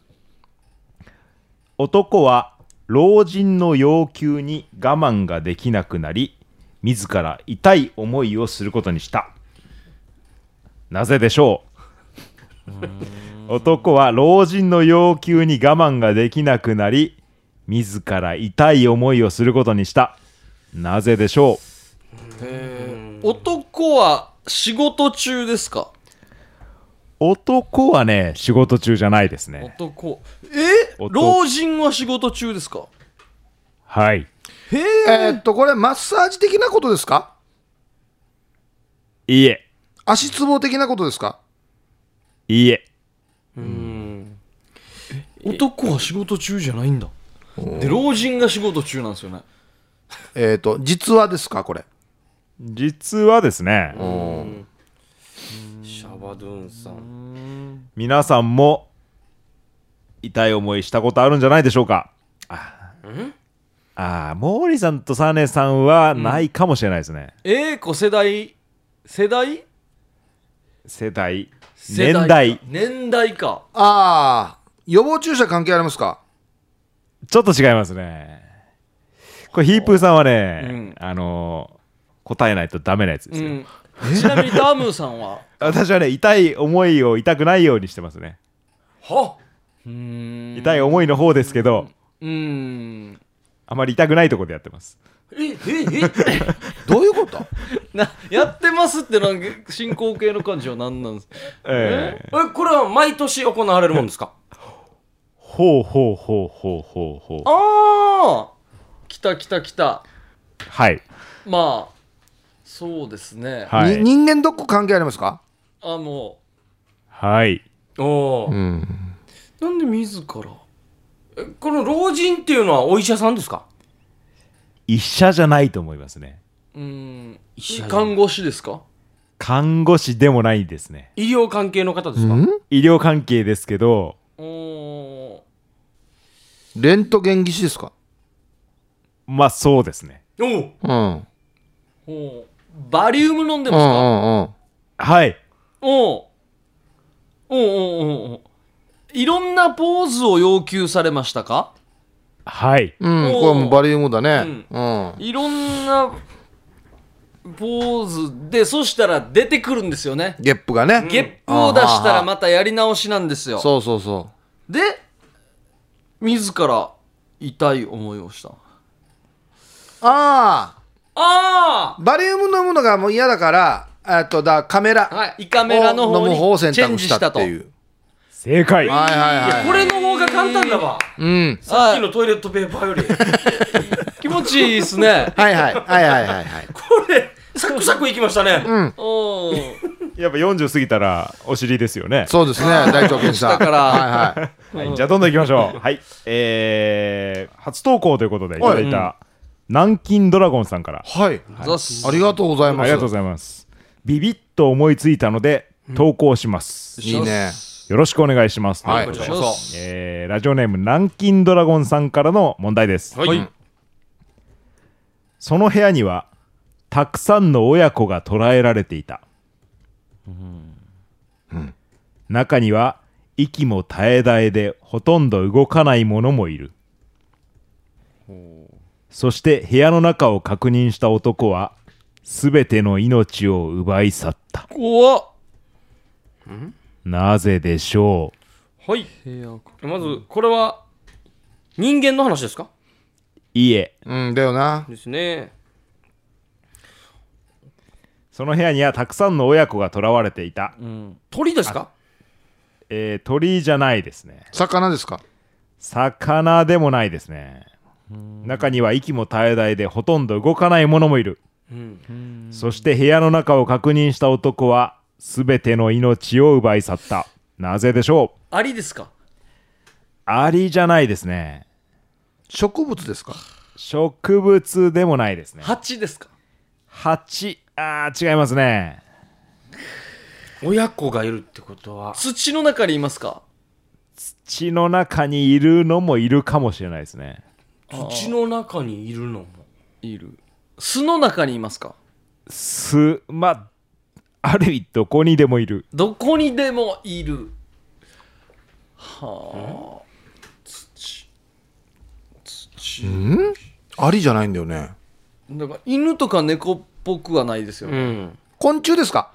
S5: 男は老人の要求に我慢ができなくなり、自ら痛い思いをすることにした。なぜでしょう。男は老人の要求に我慢ができなくなり、自ら痛い思いをすることにした。なぜでしょう。
S1: 男は仕事中ですか？
S5: 男はね、仕事中じゃないですね。
S1: 男。え
S5: 男
S1: 老人は仕事中ですか？
S5: はい。
S1: へえ。
S2: えー、っと、これ、マッサージ的なことですか？
S5: いいえ。
S2: 足つぼ的なことですか？
S5: いいえ。
S1: 男は仕事中じゃないんだ。で、老人が仕事中なんですよね。
S2: えー、っと、実話ですかこれ？
S5: 実はですね、
S3: シャバドゥンさん。
S5: 皆さんも痛い思いしたことあるんじゃないでしょうか。ああ、毛利さんとサネさんはないかもしれないですね。
S1: えー、こ世代世代
S5: 世代、
S1: 世
S5: 年代、
S1: 年代か。
S2: ああ、予防注射関係ありますか？
S5: ちょっと違いますね。これヒープーさんはね、
S1: うん
S5: あのー答えないとダメなやつですよ。
S1: うん。ちなみにダムーさんは
S5: 私はね、痛い思いを痛くないようにしてますね。
S3: は
S1: うーん
S5: 痛い思いの方ですけど、
S1: うーん
S5: あまり痛くないところでやってます。
S3: えええ
S2: どういうこと？
S1: なやってますってなんか進行形の感じは何なんですか？
S5: ええ
S3: えこれは毎年行われるもんですか？
S5: ほうほうほうほうほうほう。
S1: ああ来た来た来た。
S5: はい
S1: まあそうですね。
S5: はい
S2: に人間ドック関係ありますか？
S1: あも
S5: はい
S3: おお、
S2: うん。
S1: うなんで自ら
S3: えこの老人っていうのはお医者さんですか？
S5: 医者じゃないと思いますね。
S1: うーん
S3: 医者じゃない
S1: 看護師ですか？
S5: 看護師でもないですね。
S3: 医療関係の方ですか？
S5: 医療関係ですけど、
S1: おー
S2: レントゲン技師ですか？
S5: まあそうですね。
S3: おお、
S2: うん。うん
S1: おーバリウム飲んで
S2: う
S1: ますか？
S2: んうん。
S5: はい
S1: おうおうおうおうおういろんなポーズを要求されましたか？
S5: はい
S2: うん、
S1: おー
S2: これはもうバリウムだね。うん。
S1: いろんなポーズでそしたら出てくるんですよね。
S2: ゲップがね。
S1: ゲップを出したらまたやり直しなんですよ。
S2: そうそうそ
S1: で自ら痛い思いをした。
S2: う。あ
S1: あ
S2: あ、バリウム飲むのがもう嫌だから、えっとだカメラ
S1: あ、はい、胃カメラの
S2: を
S1: 方に
S2: 飲む方を選
S1: チェン
S2: 択した
S1: ジしたと。
S2: っていう。
S5: 正解。
S2: はいはいはい。
S3: これの方が簡単だわ。
S2: うん。
S3: さっきのトイレットペーパーより
S1: 気持ちいいですね。
S2: はいはいはいはいはいはい。
S3: これサクサクいきましたね。
S2: うん。
S1: おー
S5: やっぱよんじゅう過ぎたらお尻ですよね。
S2: そうですね、大腸検査。
S1: 下から
S2: はいはい。
S5: はい、じゃあどんどんいきましょう。はい、えー、初投稿ということでいただいた、南京ドラゴンさんから
S2: はい。
S1: ざっす
S2: ありがとうございます。
S5: ありがとうございます。ビビッと思いついたので投稿します。
S2: いいね。
S5: よろしくお願いします。
S2: はい
S5: ということで
S1: こちらこそ
S5: えーラジオネーム南京ドラゴンさんからの問題です。
S3: はい。
S5: その部屋にはたくさんの親子が捕らえられていた。中には息も絶え絶えでほとんど動かない者もいる。そして部屋の中を確認した男はすべての命を奪い去った。
S1: 怖っ。
S5: なぜでしょう。
S3: はい。まずこれは人間の話ですか？
S5: いえ、
S2: うん、だよな。
S3: ですね。
S5: その部屋にはたくさんの親子が囚われていた。
S3: 鳥ですか？
S5: えー鳥じゃないですね。
S2: 魚ですか？
S5: 魚でもないですね。中には息も絶え絶えでほとんど動かない者もいる。そして部屋の中を確認した男はすべての命を奪い去った。なぜでしょう。
S1: アリですか？
S5: アリじゃないですね。
S2: 植物ですか？
S5: 植物でもないですね。
S1: ハチですか？
S5: ハチ、あー違いますね。
S3: 親子がいるってことは
S1: 土の中にいますか？
S5: 土の中にいるのもいるかもしれないですね。
S3: 土の中にいるのも
S1: いる。巣の中にいますか？
S5: す、まあ、ある意味どこにでもいる。
S1: どこにでもいる。はあ。土。土。
S2: うん？アリじゃないんだよね。
S1: だから犬とか猫っぽくはないですよ。
S3: うん
S2: 昆虫ですか？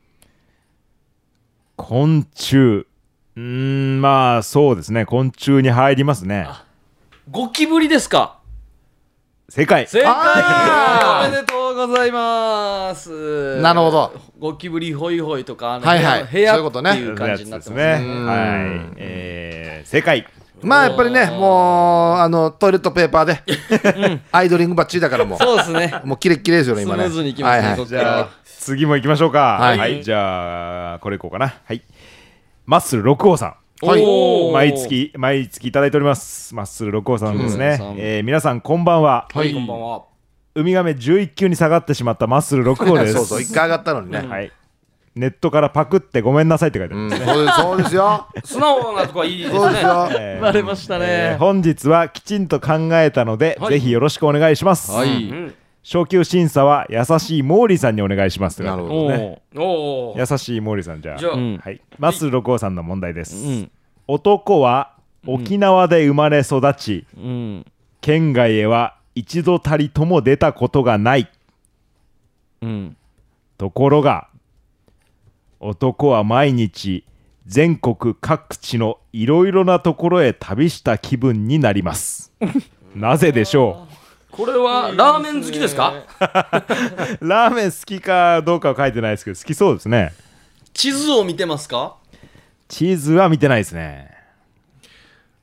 S5: 昆虫。うーん、まあそうですね。昆虫に入りますね。
S1: ゴキブリですか？
S5: 正解。
S1: 正解。
S2: あー
S1: おめでとうございます。
S2: なるほど。
S1: ゴキブリホイホイとかあの
S2: はいはい
S1: 部屋
S2: そういうことね
S1: っていう感じになってますね。
S5: やつですね。はい。えー、正解。
S2: まあやっぱりね、もうあのトイレットペーパーでアイドリングバッチリだからも
S1: そうですね。
S2: うもうキレッキレですよね今ね。
S1: スムーズにいきますね
S2: はいはい
S1: ここから
S5: じゃあ次も行きましょうか。
S2: は
S5: はいい。じゃあこれいこうかな。はい。マッスル六号さん。
S2: はい
S1: おー
S5: 毎月毎月いただいております。マッスル六号さんですね。
S1: うん
S5: えー皆さんこんばんは。
S3: はい、こんばんは。
S5: ウミガメじゅういっ級に下がってしまったマッスル六号です。
S2: そうそう一回上がったのにね。
S5: はい。ネットからパクってごめんなさいって書いてある
S2: うんん
S5: ですね。
S2: そうですそうですよ。
S3: 素直なとこはいいですね。
S2: そうですよ。
S5: えー
S1: バレました
S5: え
S1: ね
S5: ー。本日はきちんと考えたので、
S3: はい
S5: ぜひよろしくお願いします。
S1: は
S3: う
S1: い。
S3: ん。
S5: 昇級審査は優しい毛利さんにお願いしますって書いてあるんですね。
S1: おー
S3: おお。
S5: 優しい毛利さんじゃあ。
S3: じゃあ、
S1: うん
S5: はい。マッスル六号さんの問題です。
S1: うん
S5: 男は沖縄で生まれ育ち、
S1: うん
S5: 県外へは一度たりとも出たことがない。
S1: うん。
S5: ところが男は毎日全国各地のいろいろなところへ旅した気分になりますなぜでしょ
S3: これはラーメン好きですか？
S5: う。ラーメン好きかどうかは書いてないですけど好きそうですね。
S1: 地図を見てますか？
S5: チーズは見てないですね。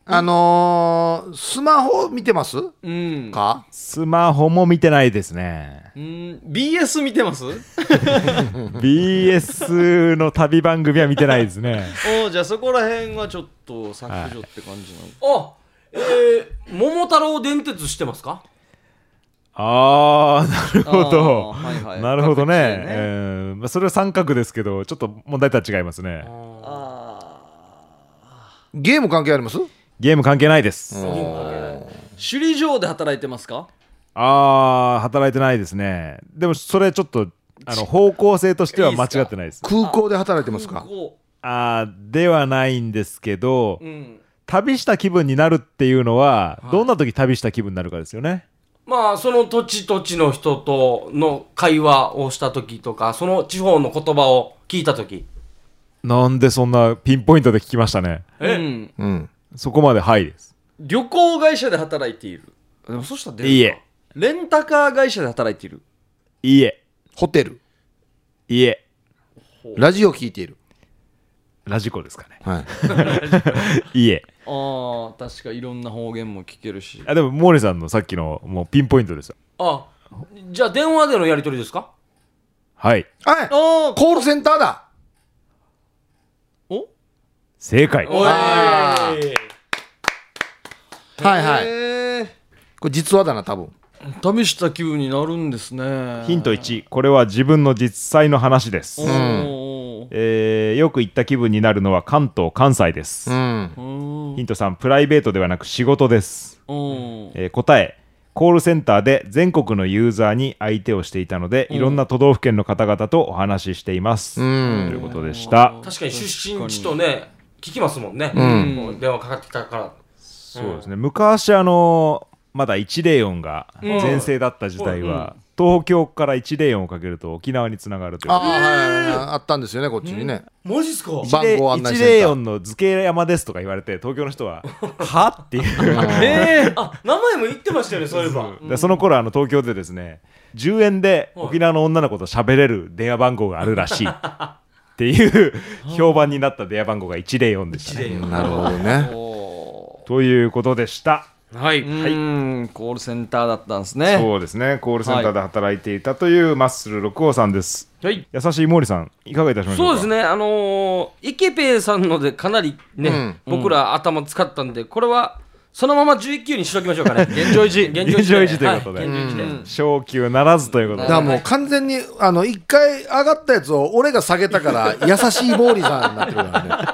S2: あのー、スマホ見てます
S1: うん
S2: か？
S5: スマホも見てないですね。
S1: うん ビーエス 見てます？
S5: ビーエス の旅番組は見てないですね。
S1: おじゃあそこら辺はちょっと削除って感じなの、
S3: あ、えー、桃太郎電鉄知ってますか？
S5: あー、なるほど、
S1: あーはいはい
S5: なるほどね。
S1: 各地でね
S5: えーまあ、それは三角ですけど、ちょっと問題とは違いますね。
S1: あ
S2: ゲーム関係あります？
S5: ゲーム関係ないです。
S1: ー首里城で働いてますか？
S5: あー、働いてないですね。でもそれちょっとあの方向性としては間違ってないです。
S2: 空港で働いてますか？
S1: こ
S5: あーではないんですけど、
S1: う、うん、
S5: 旅した気分になるっていうのは、どんな時旅した気分になるかですよね。
S3: まあその土地土地の人との会話をした時とか、その地方の言葉を聞いた時。
S5: なんでそんなピンポイントで聞きましたね。
S1: うん、
S2: うん。
S5: そこまではいです。
S1: 旅行会社で働いている。でもそしたら出るか。
S5: いいえ、
S1: レンタカー会社で働いている。
S5: いいえ、
S2: ホテル。
S5: いいえ、
S2: ラジオ聞いている。
S5: ラジコですかね。
S2: はい。
S5: いいえ。
S1: ああ確かいろんな方言も聞けるし。
S5: あ、でも毛利さんのさっきのもうピンポイントですよ。
S3: あ、じゃあ電話でのやり取りですか？
S5: はい、
S2: はい。
S1: あ
S2: コールセンターだ。
S1: お
S5: 正解。
S3: おい、
S2: あはいはい。
S1: い
S2: これ実話だな多分。
S1: 旅した気分になるんですね。
S5: ヒントいち、これは自分の実際の話です。
S1: おー
S5: えーよく行った気分になるのは関東関西です。
S2: うん。
S1: うん
S5: ヒントさん、プライベートではなく仕事です。
S1: うん
S5: えー答え、コールセンターで全国のユーザーに相手をしていたので、いろんな都道府県の方々とお話ししています、
S2: うん
S5: ということでした。
S3: 確かに出身地とね聞きますもんね、
S2: ん
S3: もう電話かかってきたから。
S5: そうですね、昔あのーまだいちゼロよんが全盛だった時代は、東京からいちゼロよんをかけると沖縄につながるという
S2: ああはいはいはいあったんですよねこっちにね。
S3: マジっすか？
S2: 番号案内
S5: いちゼロよ
S2: センター。
S5: んの漬け山ですとか言われて、東京の人ははっていう
S1: え
S3: あ、名前も言ってましたよね、そういえば。
S5: でその頃あの東京でですね、じゅうえんで沖縄の女の子と喋れる電話番号があるらしいっていう評判になった電話番号がいちゼロよんでしたね。
S2: なるほどね。
S5: ということでした。
S3: はい、
S1: うんコールセンターだったんですね。
S5: そうですね、コールセンターで働いていたというマッスル六王さんです。
S3: はい、
S5: 優しい毛利さん、いかがいたしましょうか。
S3: そうですね、あのー、イケペイさんのでかなりね、僕ら頭使ったんで、これはそのままじゅういっ級にしときましょうかね。現状維持、現
S5: 現状維持ということで、
S3: はい現状維持で
S5: 昇級ならずということで、
S2: だからもう完全にあの一回上がったやつを俺が下げたから優しい毛利さんになってるからね。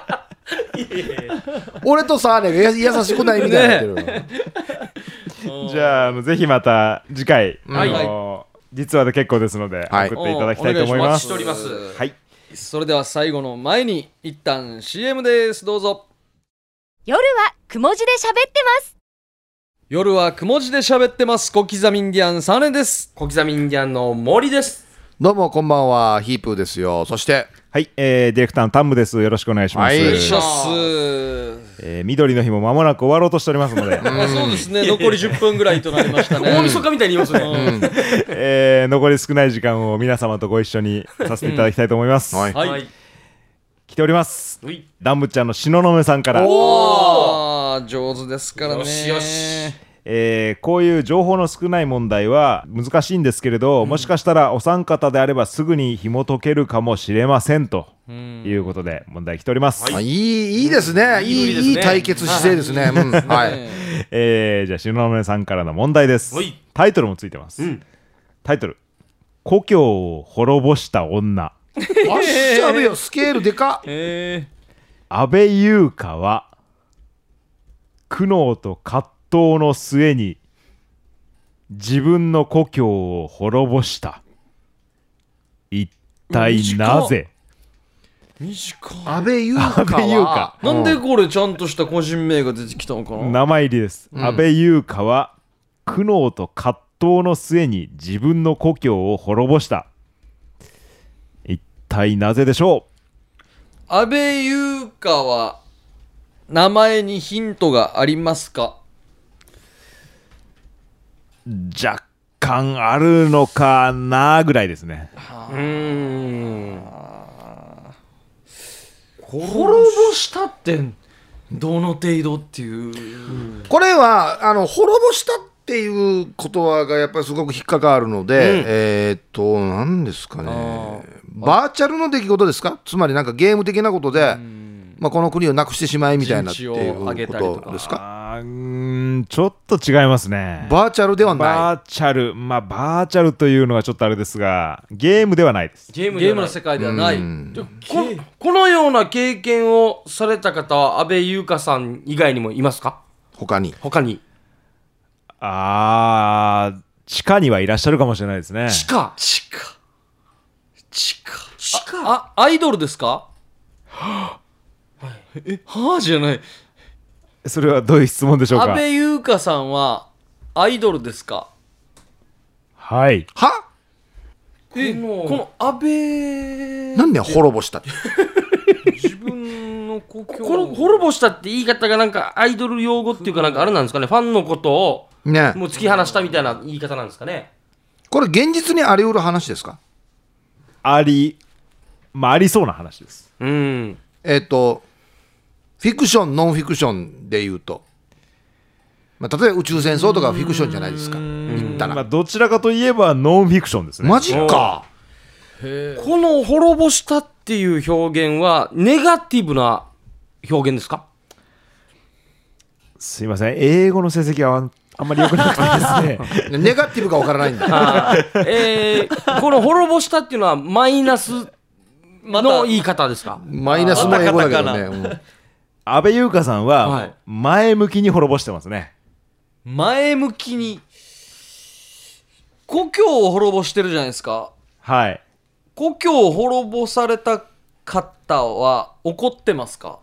S2: 俺とサーネがや優しくないみたいになってる。
S5: じゃあ、あのぜひまた次回、
S3: はい
S5: あの実話で結構ですので、
S2: はい
S5: 送っていただきたいと思い
S3: お
S5: ます。
S3: 待ちしております。
S5: はい、
S1: それでは最後の前に一旦 シーエム です。どうぞ。
S4: 夜はくも字で喋ってます。
S1: 夜はくも字で喋ってます。小刻みインディアンサネです。
S3: 小刻みインディアンの森です。
S2: どうもこんばんはヒープーですよ。そして
S5: はいえーディレクターのタンムです。よろしくお願いします。
S2: はい
S1: よいしょっす。
S5: えー緑の日も間もなく終わろうとしておりますので、
S1: あそうですね。残りじゅっぷんぐらいとなりましたね。
S3: 大晦日みたいに言いますね。
S5: えー残り少ない時間を皆様とご一緒にさせていただきたいと思います。
S2: はい
S1: はい。
S3: はい。
S5: 来ております。
S3: うい
S5: ダンブちゃんの東雲さんから、
S1: おー上手ですからね。
S3: よしよし
S5: えーこういう情報の少ない問題は難しいんですけれど、もしかしたらお三方であればすぐに紐解けるかもしれませんということで問題来ております。
S2: あいいいいですね。いい
S3: いいですね
S2: いい対決姿勢ですね。うんはい。
S5: えーじゃあ東雲さんからの問題です
S3: はい。
S5: タイトルもついてます。
S3: うん
S5: タイトル、故郷を滅ぼした女。
S2: あっしゃべよスケールでかっ。
S1: え
S5: 安倍優香は苦悩と葛藤の末に自分の故郷を滅ぼした。一体なぜ？
S1: ー、短い。
S2: 安倍優香
S5: 安倍優
S2: は
S5: 香
S1: なんでこれちゃんとした個人名が出てきたのかな。
S5: 名前入りです。安倍優香は苦悩と葛藤の末に自分の故郷を滅ぼした。一体なぜでしょ
S1: 安倍優香は名前にヒントがありますか？
S5: う？若干あるのかなぐらいですね。
S3: うーん。
S1: 滅ぼしたってどの程度っていう、
S2: これはあの滅ぼしたっていう言葉がやっぱりすごく引っかかるので、うん、えー、っと何ですかね、バーチャルの出来事ですか。つまりなんかゲーム的なことで、まあ、この国をなくしてしまいみたいなっていうことですか。
S5: あー、うーん、ちょっと違いますね。
S2: バーチャルではない。
S5: バーチャル、まあバーチャルというのはちょっとあれですが、ゲームではないです。
S1: ゲーム、ゲームの世界ではない。
S3: こ, このような経験をされた方は安倍優香さん以外にもいますか。
S2: 他に
S3: 他に
S5: あー、地下にはいらっしゃるかもしれないですね。
S3: 地下
S1: 地下地下
S3: 地下
S1: あ、アイドルですか。はあ、え、はあじゃない。
S5: それはどういう質問でしょうか。
S1: 安倍優香さんはアイドルですか。
S5: はい。
S2: は
S1: え、この、この安倍
S2: なんで滅ぼしたって
S1: 自分の故郷
S3: この滅ぼしたって言い方がなんかアイドル用語っていうかなんかあれなんですかね。ファンのことを
S2: ね、
S3: もう突き放したみたいな言い方なんですかね。
S2: これ現実にあり得る話ですか。
S5: あり、まあありそうな話です。
S3: うん。
S2: えっとフィクションノンフィクションで言うと、まあ、例えば宇宙戦争とかフィクションじゃないですか。言ったら、
S5: まあ、どちらかといえばノンフィクションですね。
S2: マジか。
S1: へ
S3: この滅ぼしたっていう表現はネガティブな表現ですか。
S5: すいません、英語の成績はあんまり良くなくてですね
S2: ネガティブがわからないんだ
S3: あ、えー、この滅ぼしたっていうのはマイナスの言い方ですか。
S2: マイナスの英語だけどね、うん、
S5: 安倍優香さんは前向きに滅ぼしてますね。
S1: 前向きに故郷を滅ぼしてるじゃないですか。
S5: はい。
S1: 故郷を滅ぼされた方は怒ってますか。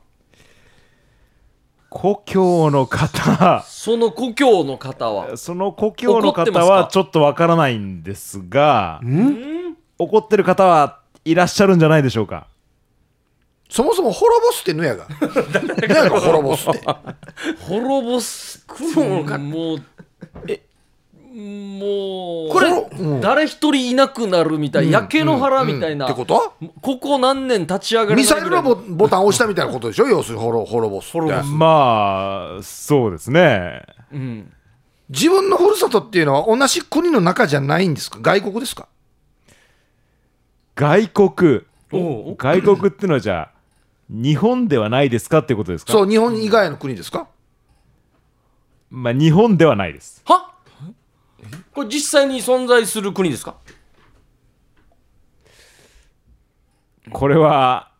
S5: 故郷の方、
S1: その故郷の方は
S5: その故郷の方はちょっとわからないんですが、ん怒ってる方はいらっしゃるんじゃないでしょうか。
S2: そもそも滅ぼすってのやが誰が滅ぼすって
S1: 滅ぼすもうえもう
S3: これ、
S1: うん、誰一人いなくなるみたい、うん、焼け野原みたいな、
S2: うんうん、ってこと
S1: ここ何年立ち上がる
S2: ミサイルの ボ, ボタン押したみたいなことでしょ要するに滅ぼすって
S5: まあそうですね、
S1: うん、
S2: 自分のふるさとっていうのは同じ国の中じゃないんですか。外国ですか。
S5: 外国お外国ってのはじゃあ日本ではないですかってことですか。
S2: そう日本以外の国ですか。
S5: まあ日本ではないです。
S3: はこれ実際に存在する国ですか。
S5: これは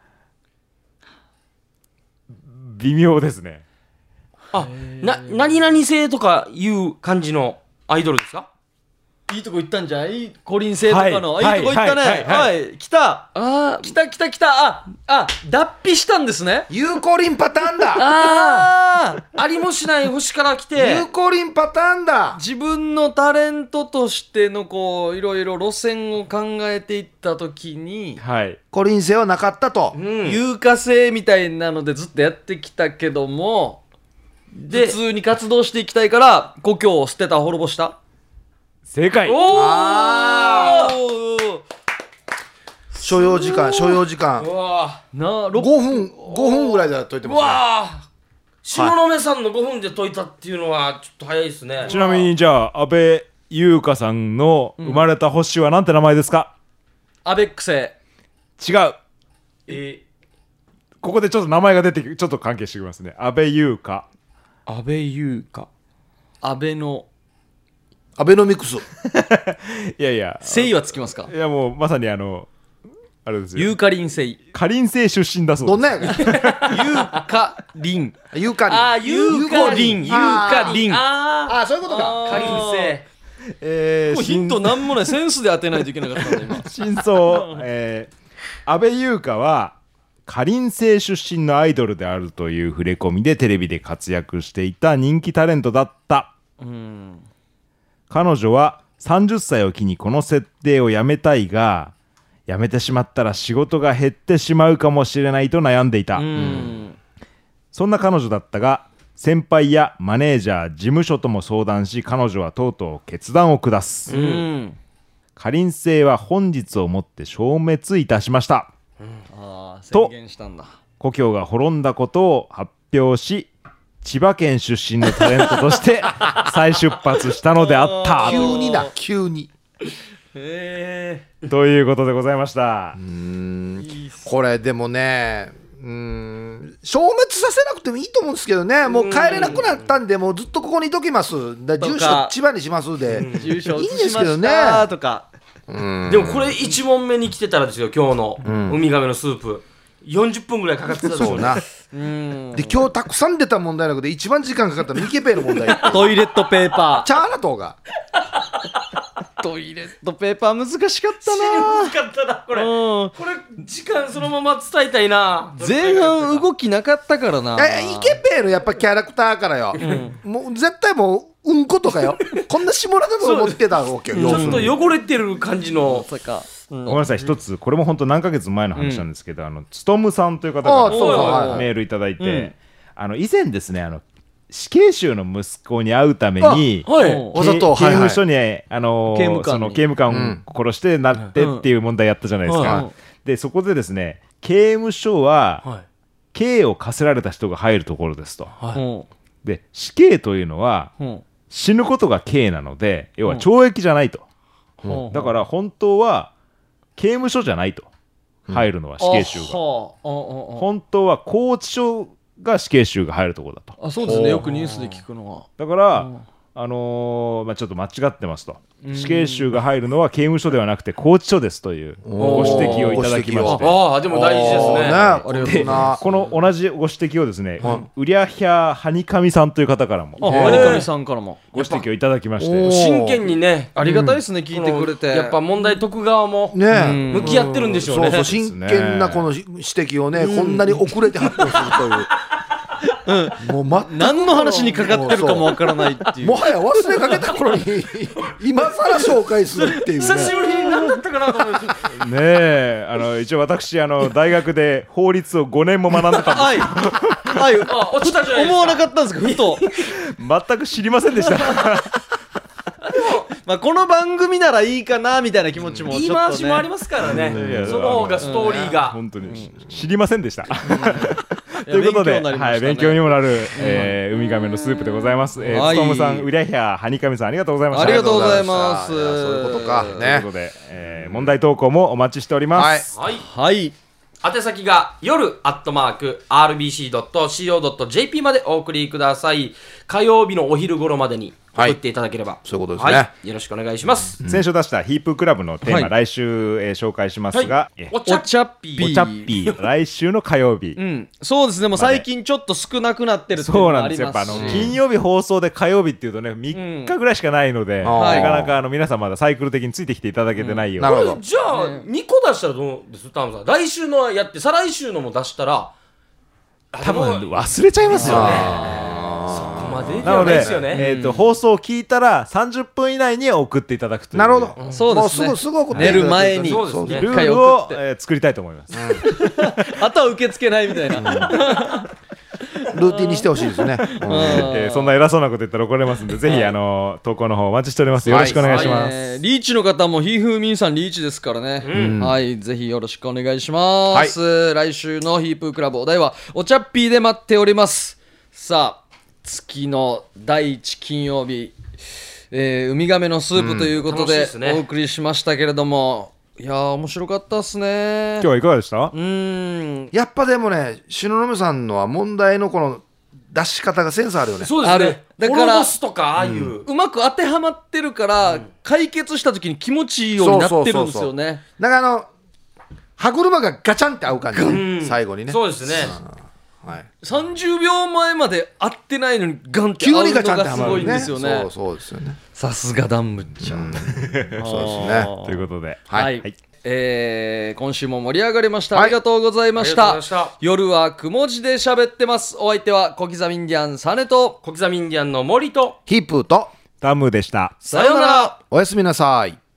S5: 微妙ですね。
S3: あ、な何々性とかいう感じのアイドルですか。
S1: いいとこ行ったんじゃないコリン星とかの、
S5: はい、
S1: いいとこ行ったね。はい、はいはい、来た
S3: あ
S1: 来た来た来たああ脱皮したんですね。
S2: ユーコリンパターンだ
S3: あありもしない星から来て
S2: ユーコリンパターンだ。
S1: 自分のタレントとしてのこういろいろ路線を考えていった時に、
S5: はい、
S2: コリン星はなかったと、
S3: うん、
S1: 有価星みたいなのでずっとやってきたけどもで普通に活動していきたいから故郷を捨てた滅ぼした。
S5: 正解。
S1: お
S2: あ
S1: ー
S2: 所要時間所要時間
S3: うわ
S1: な
S2: ごふんごふんぐらいで解いてますね。
S3: うわ東雲さんのごふんで解いたっていうのはちょっと早いですね。
S5: ちなみにじゃあ安倍優香さんの生まれた星はなんて名前ですか。
S1: アベック星。
S5: 違う。
S3: え
S5: ここでちょっと名前が出てちょっと関係してきますね。安倍優香。
S3: 安倍優香。
S1: 安倍の
S2: アベノミクス
S5: いやいや
S1: 星はつきますか。
S5: いやもうまさにあのあれですよ。
S1: ユーカリン星。
S5: カリン星出身だそうです。
S2: どんなやが
S1: ユーカリン。
S2: ユーカリン。
S1: あーユーカリン。ユーカリン。
S3: あ
S2: あーそういうことか。
S3: カリン星。
S5: えー、
S1: もうヒントなんもない。センスで当てないといけなかったんだ今。
S5: 真相、えー、安倍優香はカリン星出身のアイドルであるという触れ込みでテレビで活躍していた人気タレントだった。
S1: うん。
S5: 彼女はさんじゅっさいを機にこの設定をやめたいが、やめてしまったら仕事が減ってしまうかもしれないと悩んでいた。
S1: うん、
S5: そんな彼女だったが、先輩やマネージャー、事務所とも相談し、彼女はとうとう決断を下す。
S1: うん、
S5: カリン星は本日をもって消滅いたしました。
S1: うん、あ宣言したんだ。
S5: 故郷が滅んだことを発表し、千葉県出身のタレントとして再出発したのであった
S2: 急にだ急に
S1: へ
S5: ということでございました。
S2: うーんこれでもねうーん消滅させなくてもいいと思うんですけどね。もう帰れなくなったんでもうずっとここにいときますだ住所千葉にしますで
S1: 住所
S2: いいんですけどね
S1: とか。
S3: でもこれいち問目に来てたらですよ、今日のウミガメのスープよんじゅっぷんぐらいかかってたでしょ
S2: そうな
S1: うん
S2: で今日たくさん出た問題なので一番時間かかったのミケペイの問題
S1: トイレットペーパ
S2: チャーラトーが
S1: ートイレットペーパー難しかった
S3: 難かったなこれ、
S1: な。うん
S3: これ時間そのまま伝えたいな。
S1: 前半動きなかったからな。
S2: えイケペイのやっぱキャラクターからよ、もう絶対もううんことかよこんな下ネタだと思ってたわけよ。
S3: ちょっと汚れてる感じの
S1: まさか。
S5: ごめんなさい、一つこれも本当何ヶ月前の話なんですけど、あのつとむさんという方
S2: ああ
S5: か
S2: そうそうはい
S5: らメールいただいて、あの以前ですね、あの死刑囚の息子に会うために
S3: はい
S1: うん
S2: わざと
S5: 刑
S2: はいはい
S5: 務所に、あの
S1: 刑務官に
S5: その刑務官を殺してなってっていう問題やったじゃないですか、
S1: うん
S5: でそこでですね、刑務所は
S3: はい
S5: 刑を課せられた人が入るところですと。
S1: うん
S5: で死刑というのは
S1: うん
S5: 死ぬことが刑なので、要は懲役じゃないと、
S1: うん
S5: だから本当は刑務所じゃないと、入るのは死刑囚が、
S1: あはああああ
S5: 本当は拘置所が死刑囚が入るところだと。
S1: あそうですね、よくニュースで聞くのは。
S5: だから、
S1: うん
S5: あのーまあ、ちょっと間違ってますと、死刑囚が入るのは刑務所ではなくて拘置所ですというご指摘をいただきまして、
S3: ああでも大事ですね。
S2: ねありがとうな
S5: この同じご指摘をですね、ウリャヒャハニカミさんという方からも
S1: あ、
S2: へー
S1: マニカミさんからも
S5: ご指摘をいただきまし
S2: おー
S5: て、
S3: 真剣にね、
S1: ありがたいですね、聞いてくれて。
S3: やっぱ問題解く側も
S2: ねえ
S3: 向き合ってるんでしょうね。
S2: そうそう真剣なこの指摘をね、こんなに遅れて発表するという、もう全く
S1: 何の話にかかってるかもわからないっていう。
S2: もはや忘れかけた頃に今更紹介するっていうね。
S3: 久しぶりに何だったかなと思って。
S5: ねえ、あの一応私あの大学で法律をごねんも学んでたん
S1: はい。はい。
S3: あ落ちたじゃないですか。
S1: 思わなかったんですか、ふと。
S5: です全く知りませんでした
S1: まあ、この番組ならいいかなみたいな気持ちもちょっと、ね、
S3: 言い回しもありますからね
S5: いや。
S3: その方がストーリーが。
S5: 本当に知りませんでした
S1: いや
S5: ということで、
S1: 勉強になりましたね
S5: はい、勉強にもなる、えー、ウミガメのスープでございます。えー
S1: はい
S5: つとむさん、ウリャヒャハニカミさん、ありがとうございました。
S1: ありがとうございます。
S2: いやそういうことか
S5: という
S2: ね
S5: ことで、えー問題投稿もお待ちしております。
S3: はい。
S1: はい。
S3: 宛先が夜アットマーク アールビーシードットシーオードットジェーピー までお送りください。火曜日のお昼頃までに送っていただければ、
S2: そういうことですね
S3: はい、よろしくお願いします。
S5: 先週出したヒープークラブのテーマ、
S1: はい
S5: 来週、えー紹介しますが、
S3: はい
S5: えー
S3: お茶
S1: お茶っぴー。
S5: お茶っぴー、来週の火曜日。
S1: うん。そうですね、もう最近ちょっと少なくなってるっていうの
S5: そう
S1: もあ
S5: なんですよ。やっぱあの
S1: りますし。
S5: 金曜日放送で火曜日っていうとね、みっかぐらいしかないので、
S2: ん
S5: な
S2: はい
S5: かなかあの皆さんまだサイクル的についてきていただけてないよう
S2: なるほど
S3: じゃあ、にこ出したらどうですタムさん。来週のやって、再来週のも出したら、
S5: 多分忘れちゃいますよね。
S3: まで
S5: なので、
S3: すよね。
S5: えー、と放送を聞いたらさんじゅっぷん以内に送っていただくという
S2: なるほど、
S1: そうですね
S2: もうすぐすぐ送って
S1: 寝る前に
S3: そうですね
S5: ルー
S1: 一回
S5: ルを
S1: 送っ、て
S5: えー作りたいと思います。
S1: あとは受け付けないみたいな。
S2: ルーティンにしてほしいですね、うん
S5: えーそんな偉そうなこと言ったら怒られますんで、ぜひあの投稿の方お待ちしております。よろしくお願いします。
S1: えーリーチの方もひーふーみんさんリーチですからね、はい、ぜひよろしくお願いします、来週のヒープークラブお題はお茶っぴーで待っております。さあ月の第一金曜日、えーウミガメのスープということで
S3: 楽しいですね
S1: お送りしましたけれども、いやー面白かったっすね。
S5: 今日はいかがでした？
S1: うーん
S2: やっぱでもね東雲さんのは問題のこの出し方がセンスあるよね。
S3: そうですね。
S1: あるだから
S3: 滅ぼすとか、ああいう。
S1: うまく当てはまってるから、解決した時に気持ちいいようになってるんですよね。
S2: だからあの歯車がガチャンって合う感じ、
S3: うん
S2: 最後にね。
S3: そうですね。
S2: はい、
S1: さんじゅうびょうまえまで合ってないのにガンって合うの
S2: 急にガチャンって
S1: がすごいん
S2: はまるね。
S1: ですよね
S2: そう。そうですよね。
S1: さすがダンムちゃん。
S2: そうですね。
S5: ということで、
S1: はい、
S2: はい
S5: はい
S1: えー今週も盛り上がりました、
S2: はい
S1: ありがとうございました。
S3: ありがとうございました
S1: 夜はくも字で喋ってます。お相手は小刻みインディアンサネと
S3: 小刻みインディアンの森と、
S2: ヒップーと
S5: ダムでした。
S1: さようなら。
S2: おやすみなさい。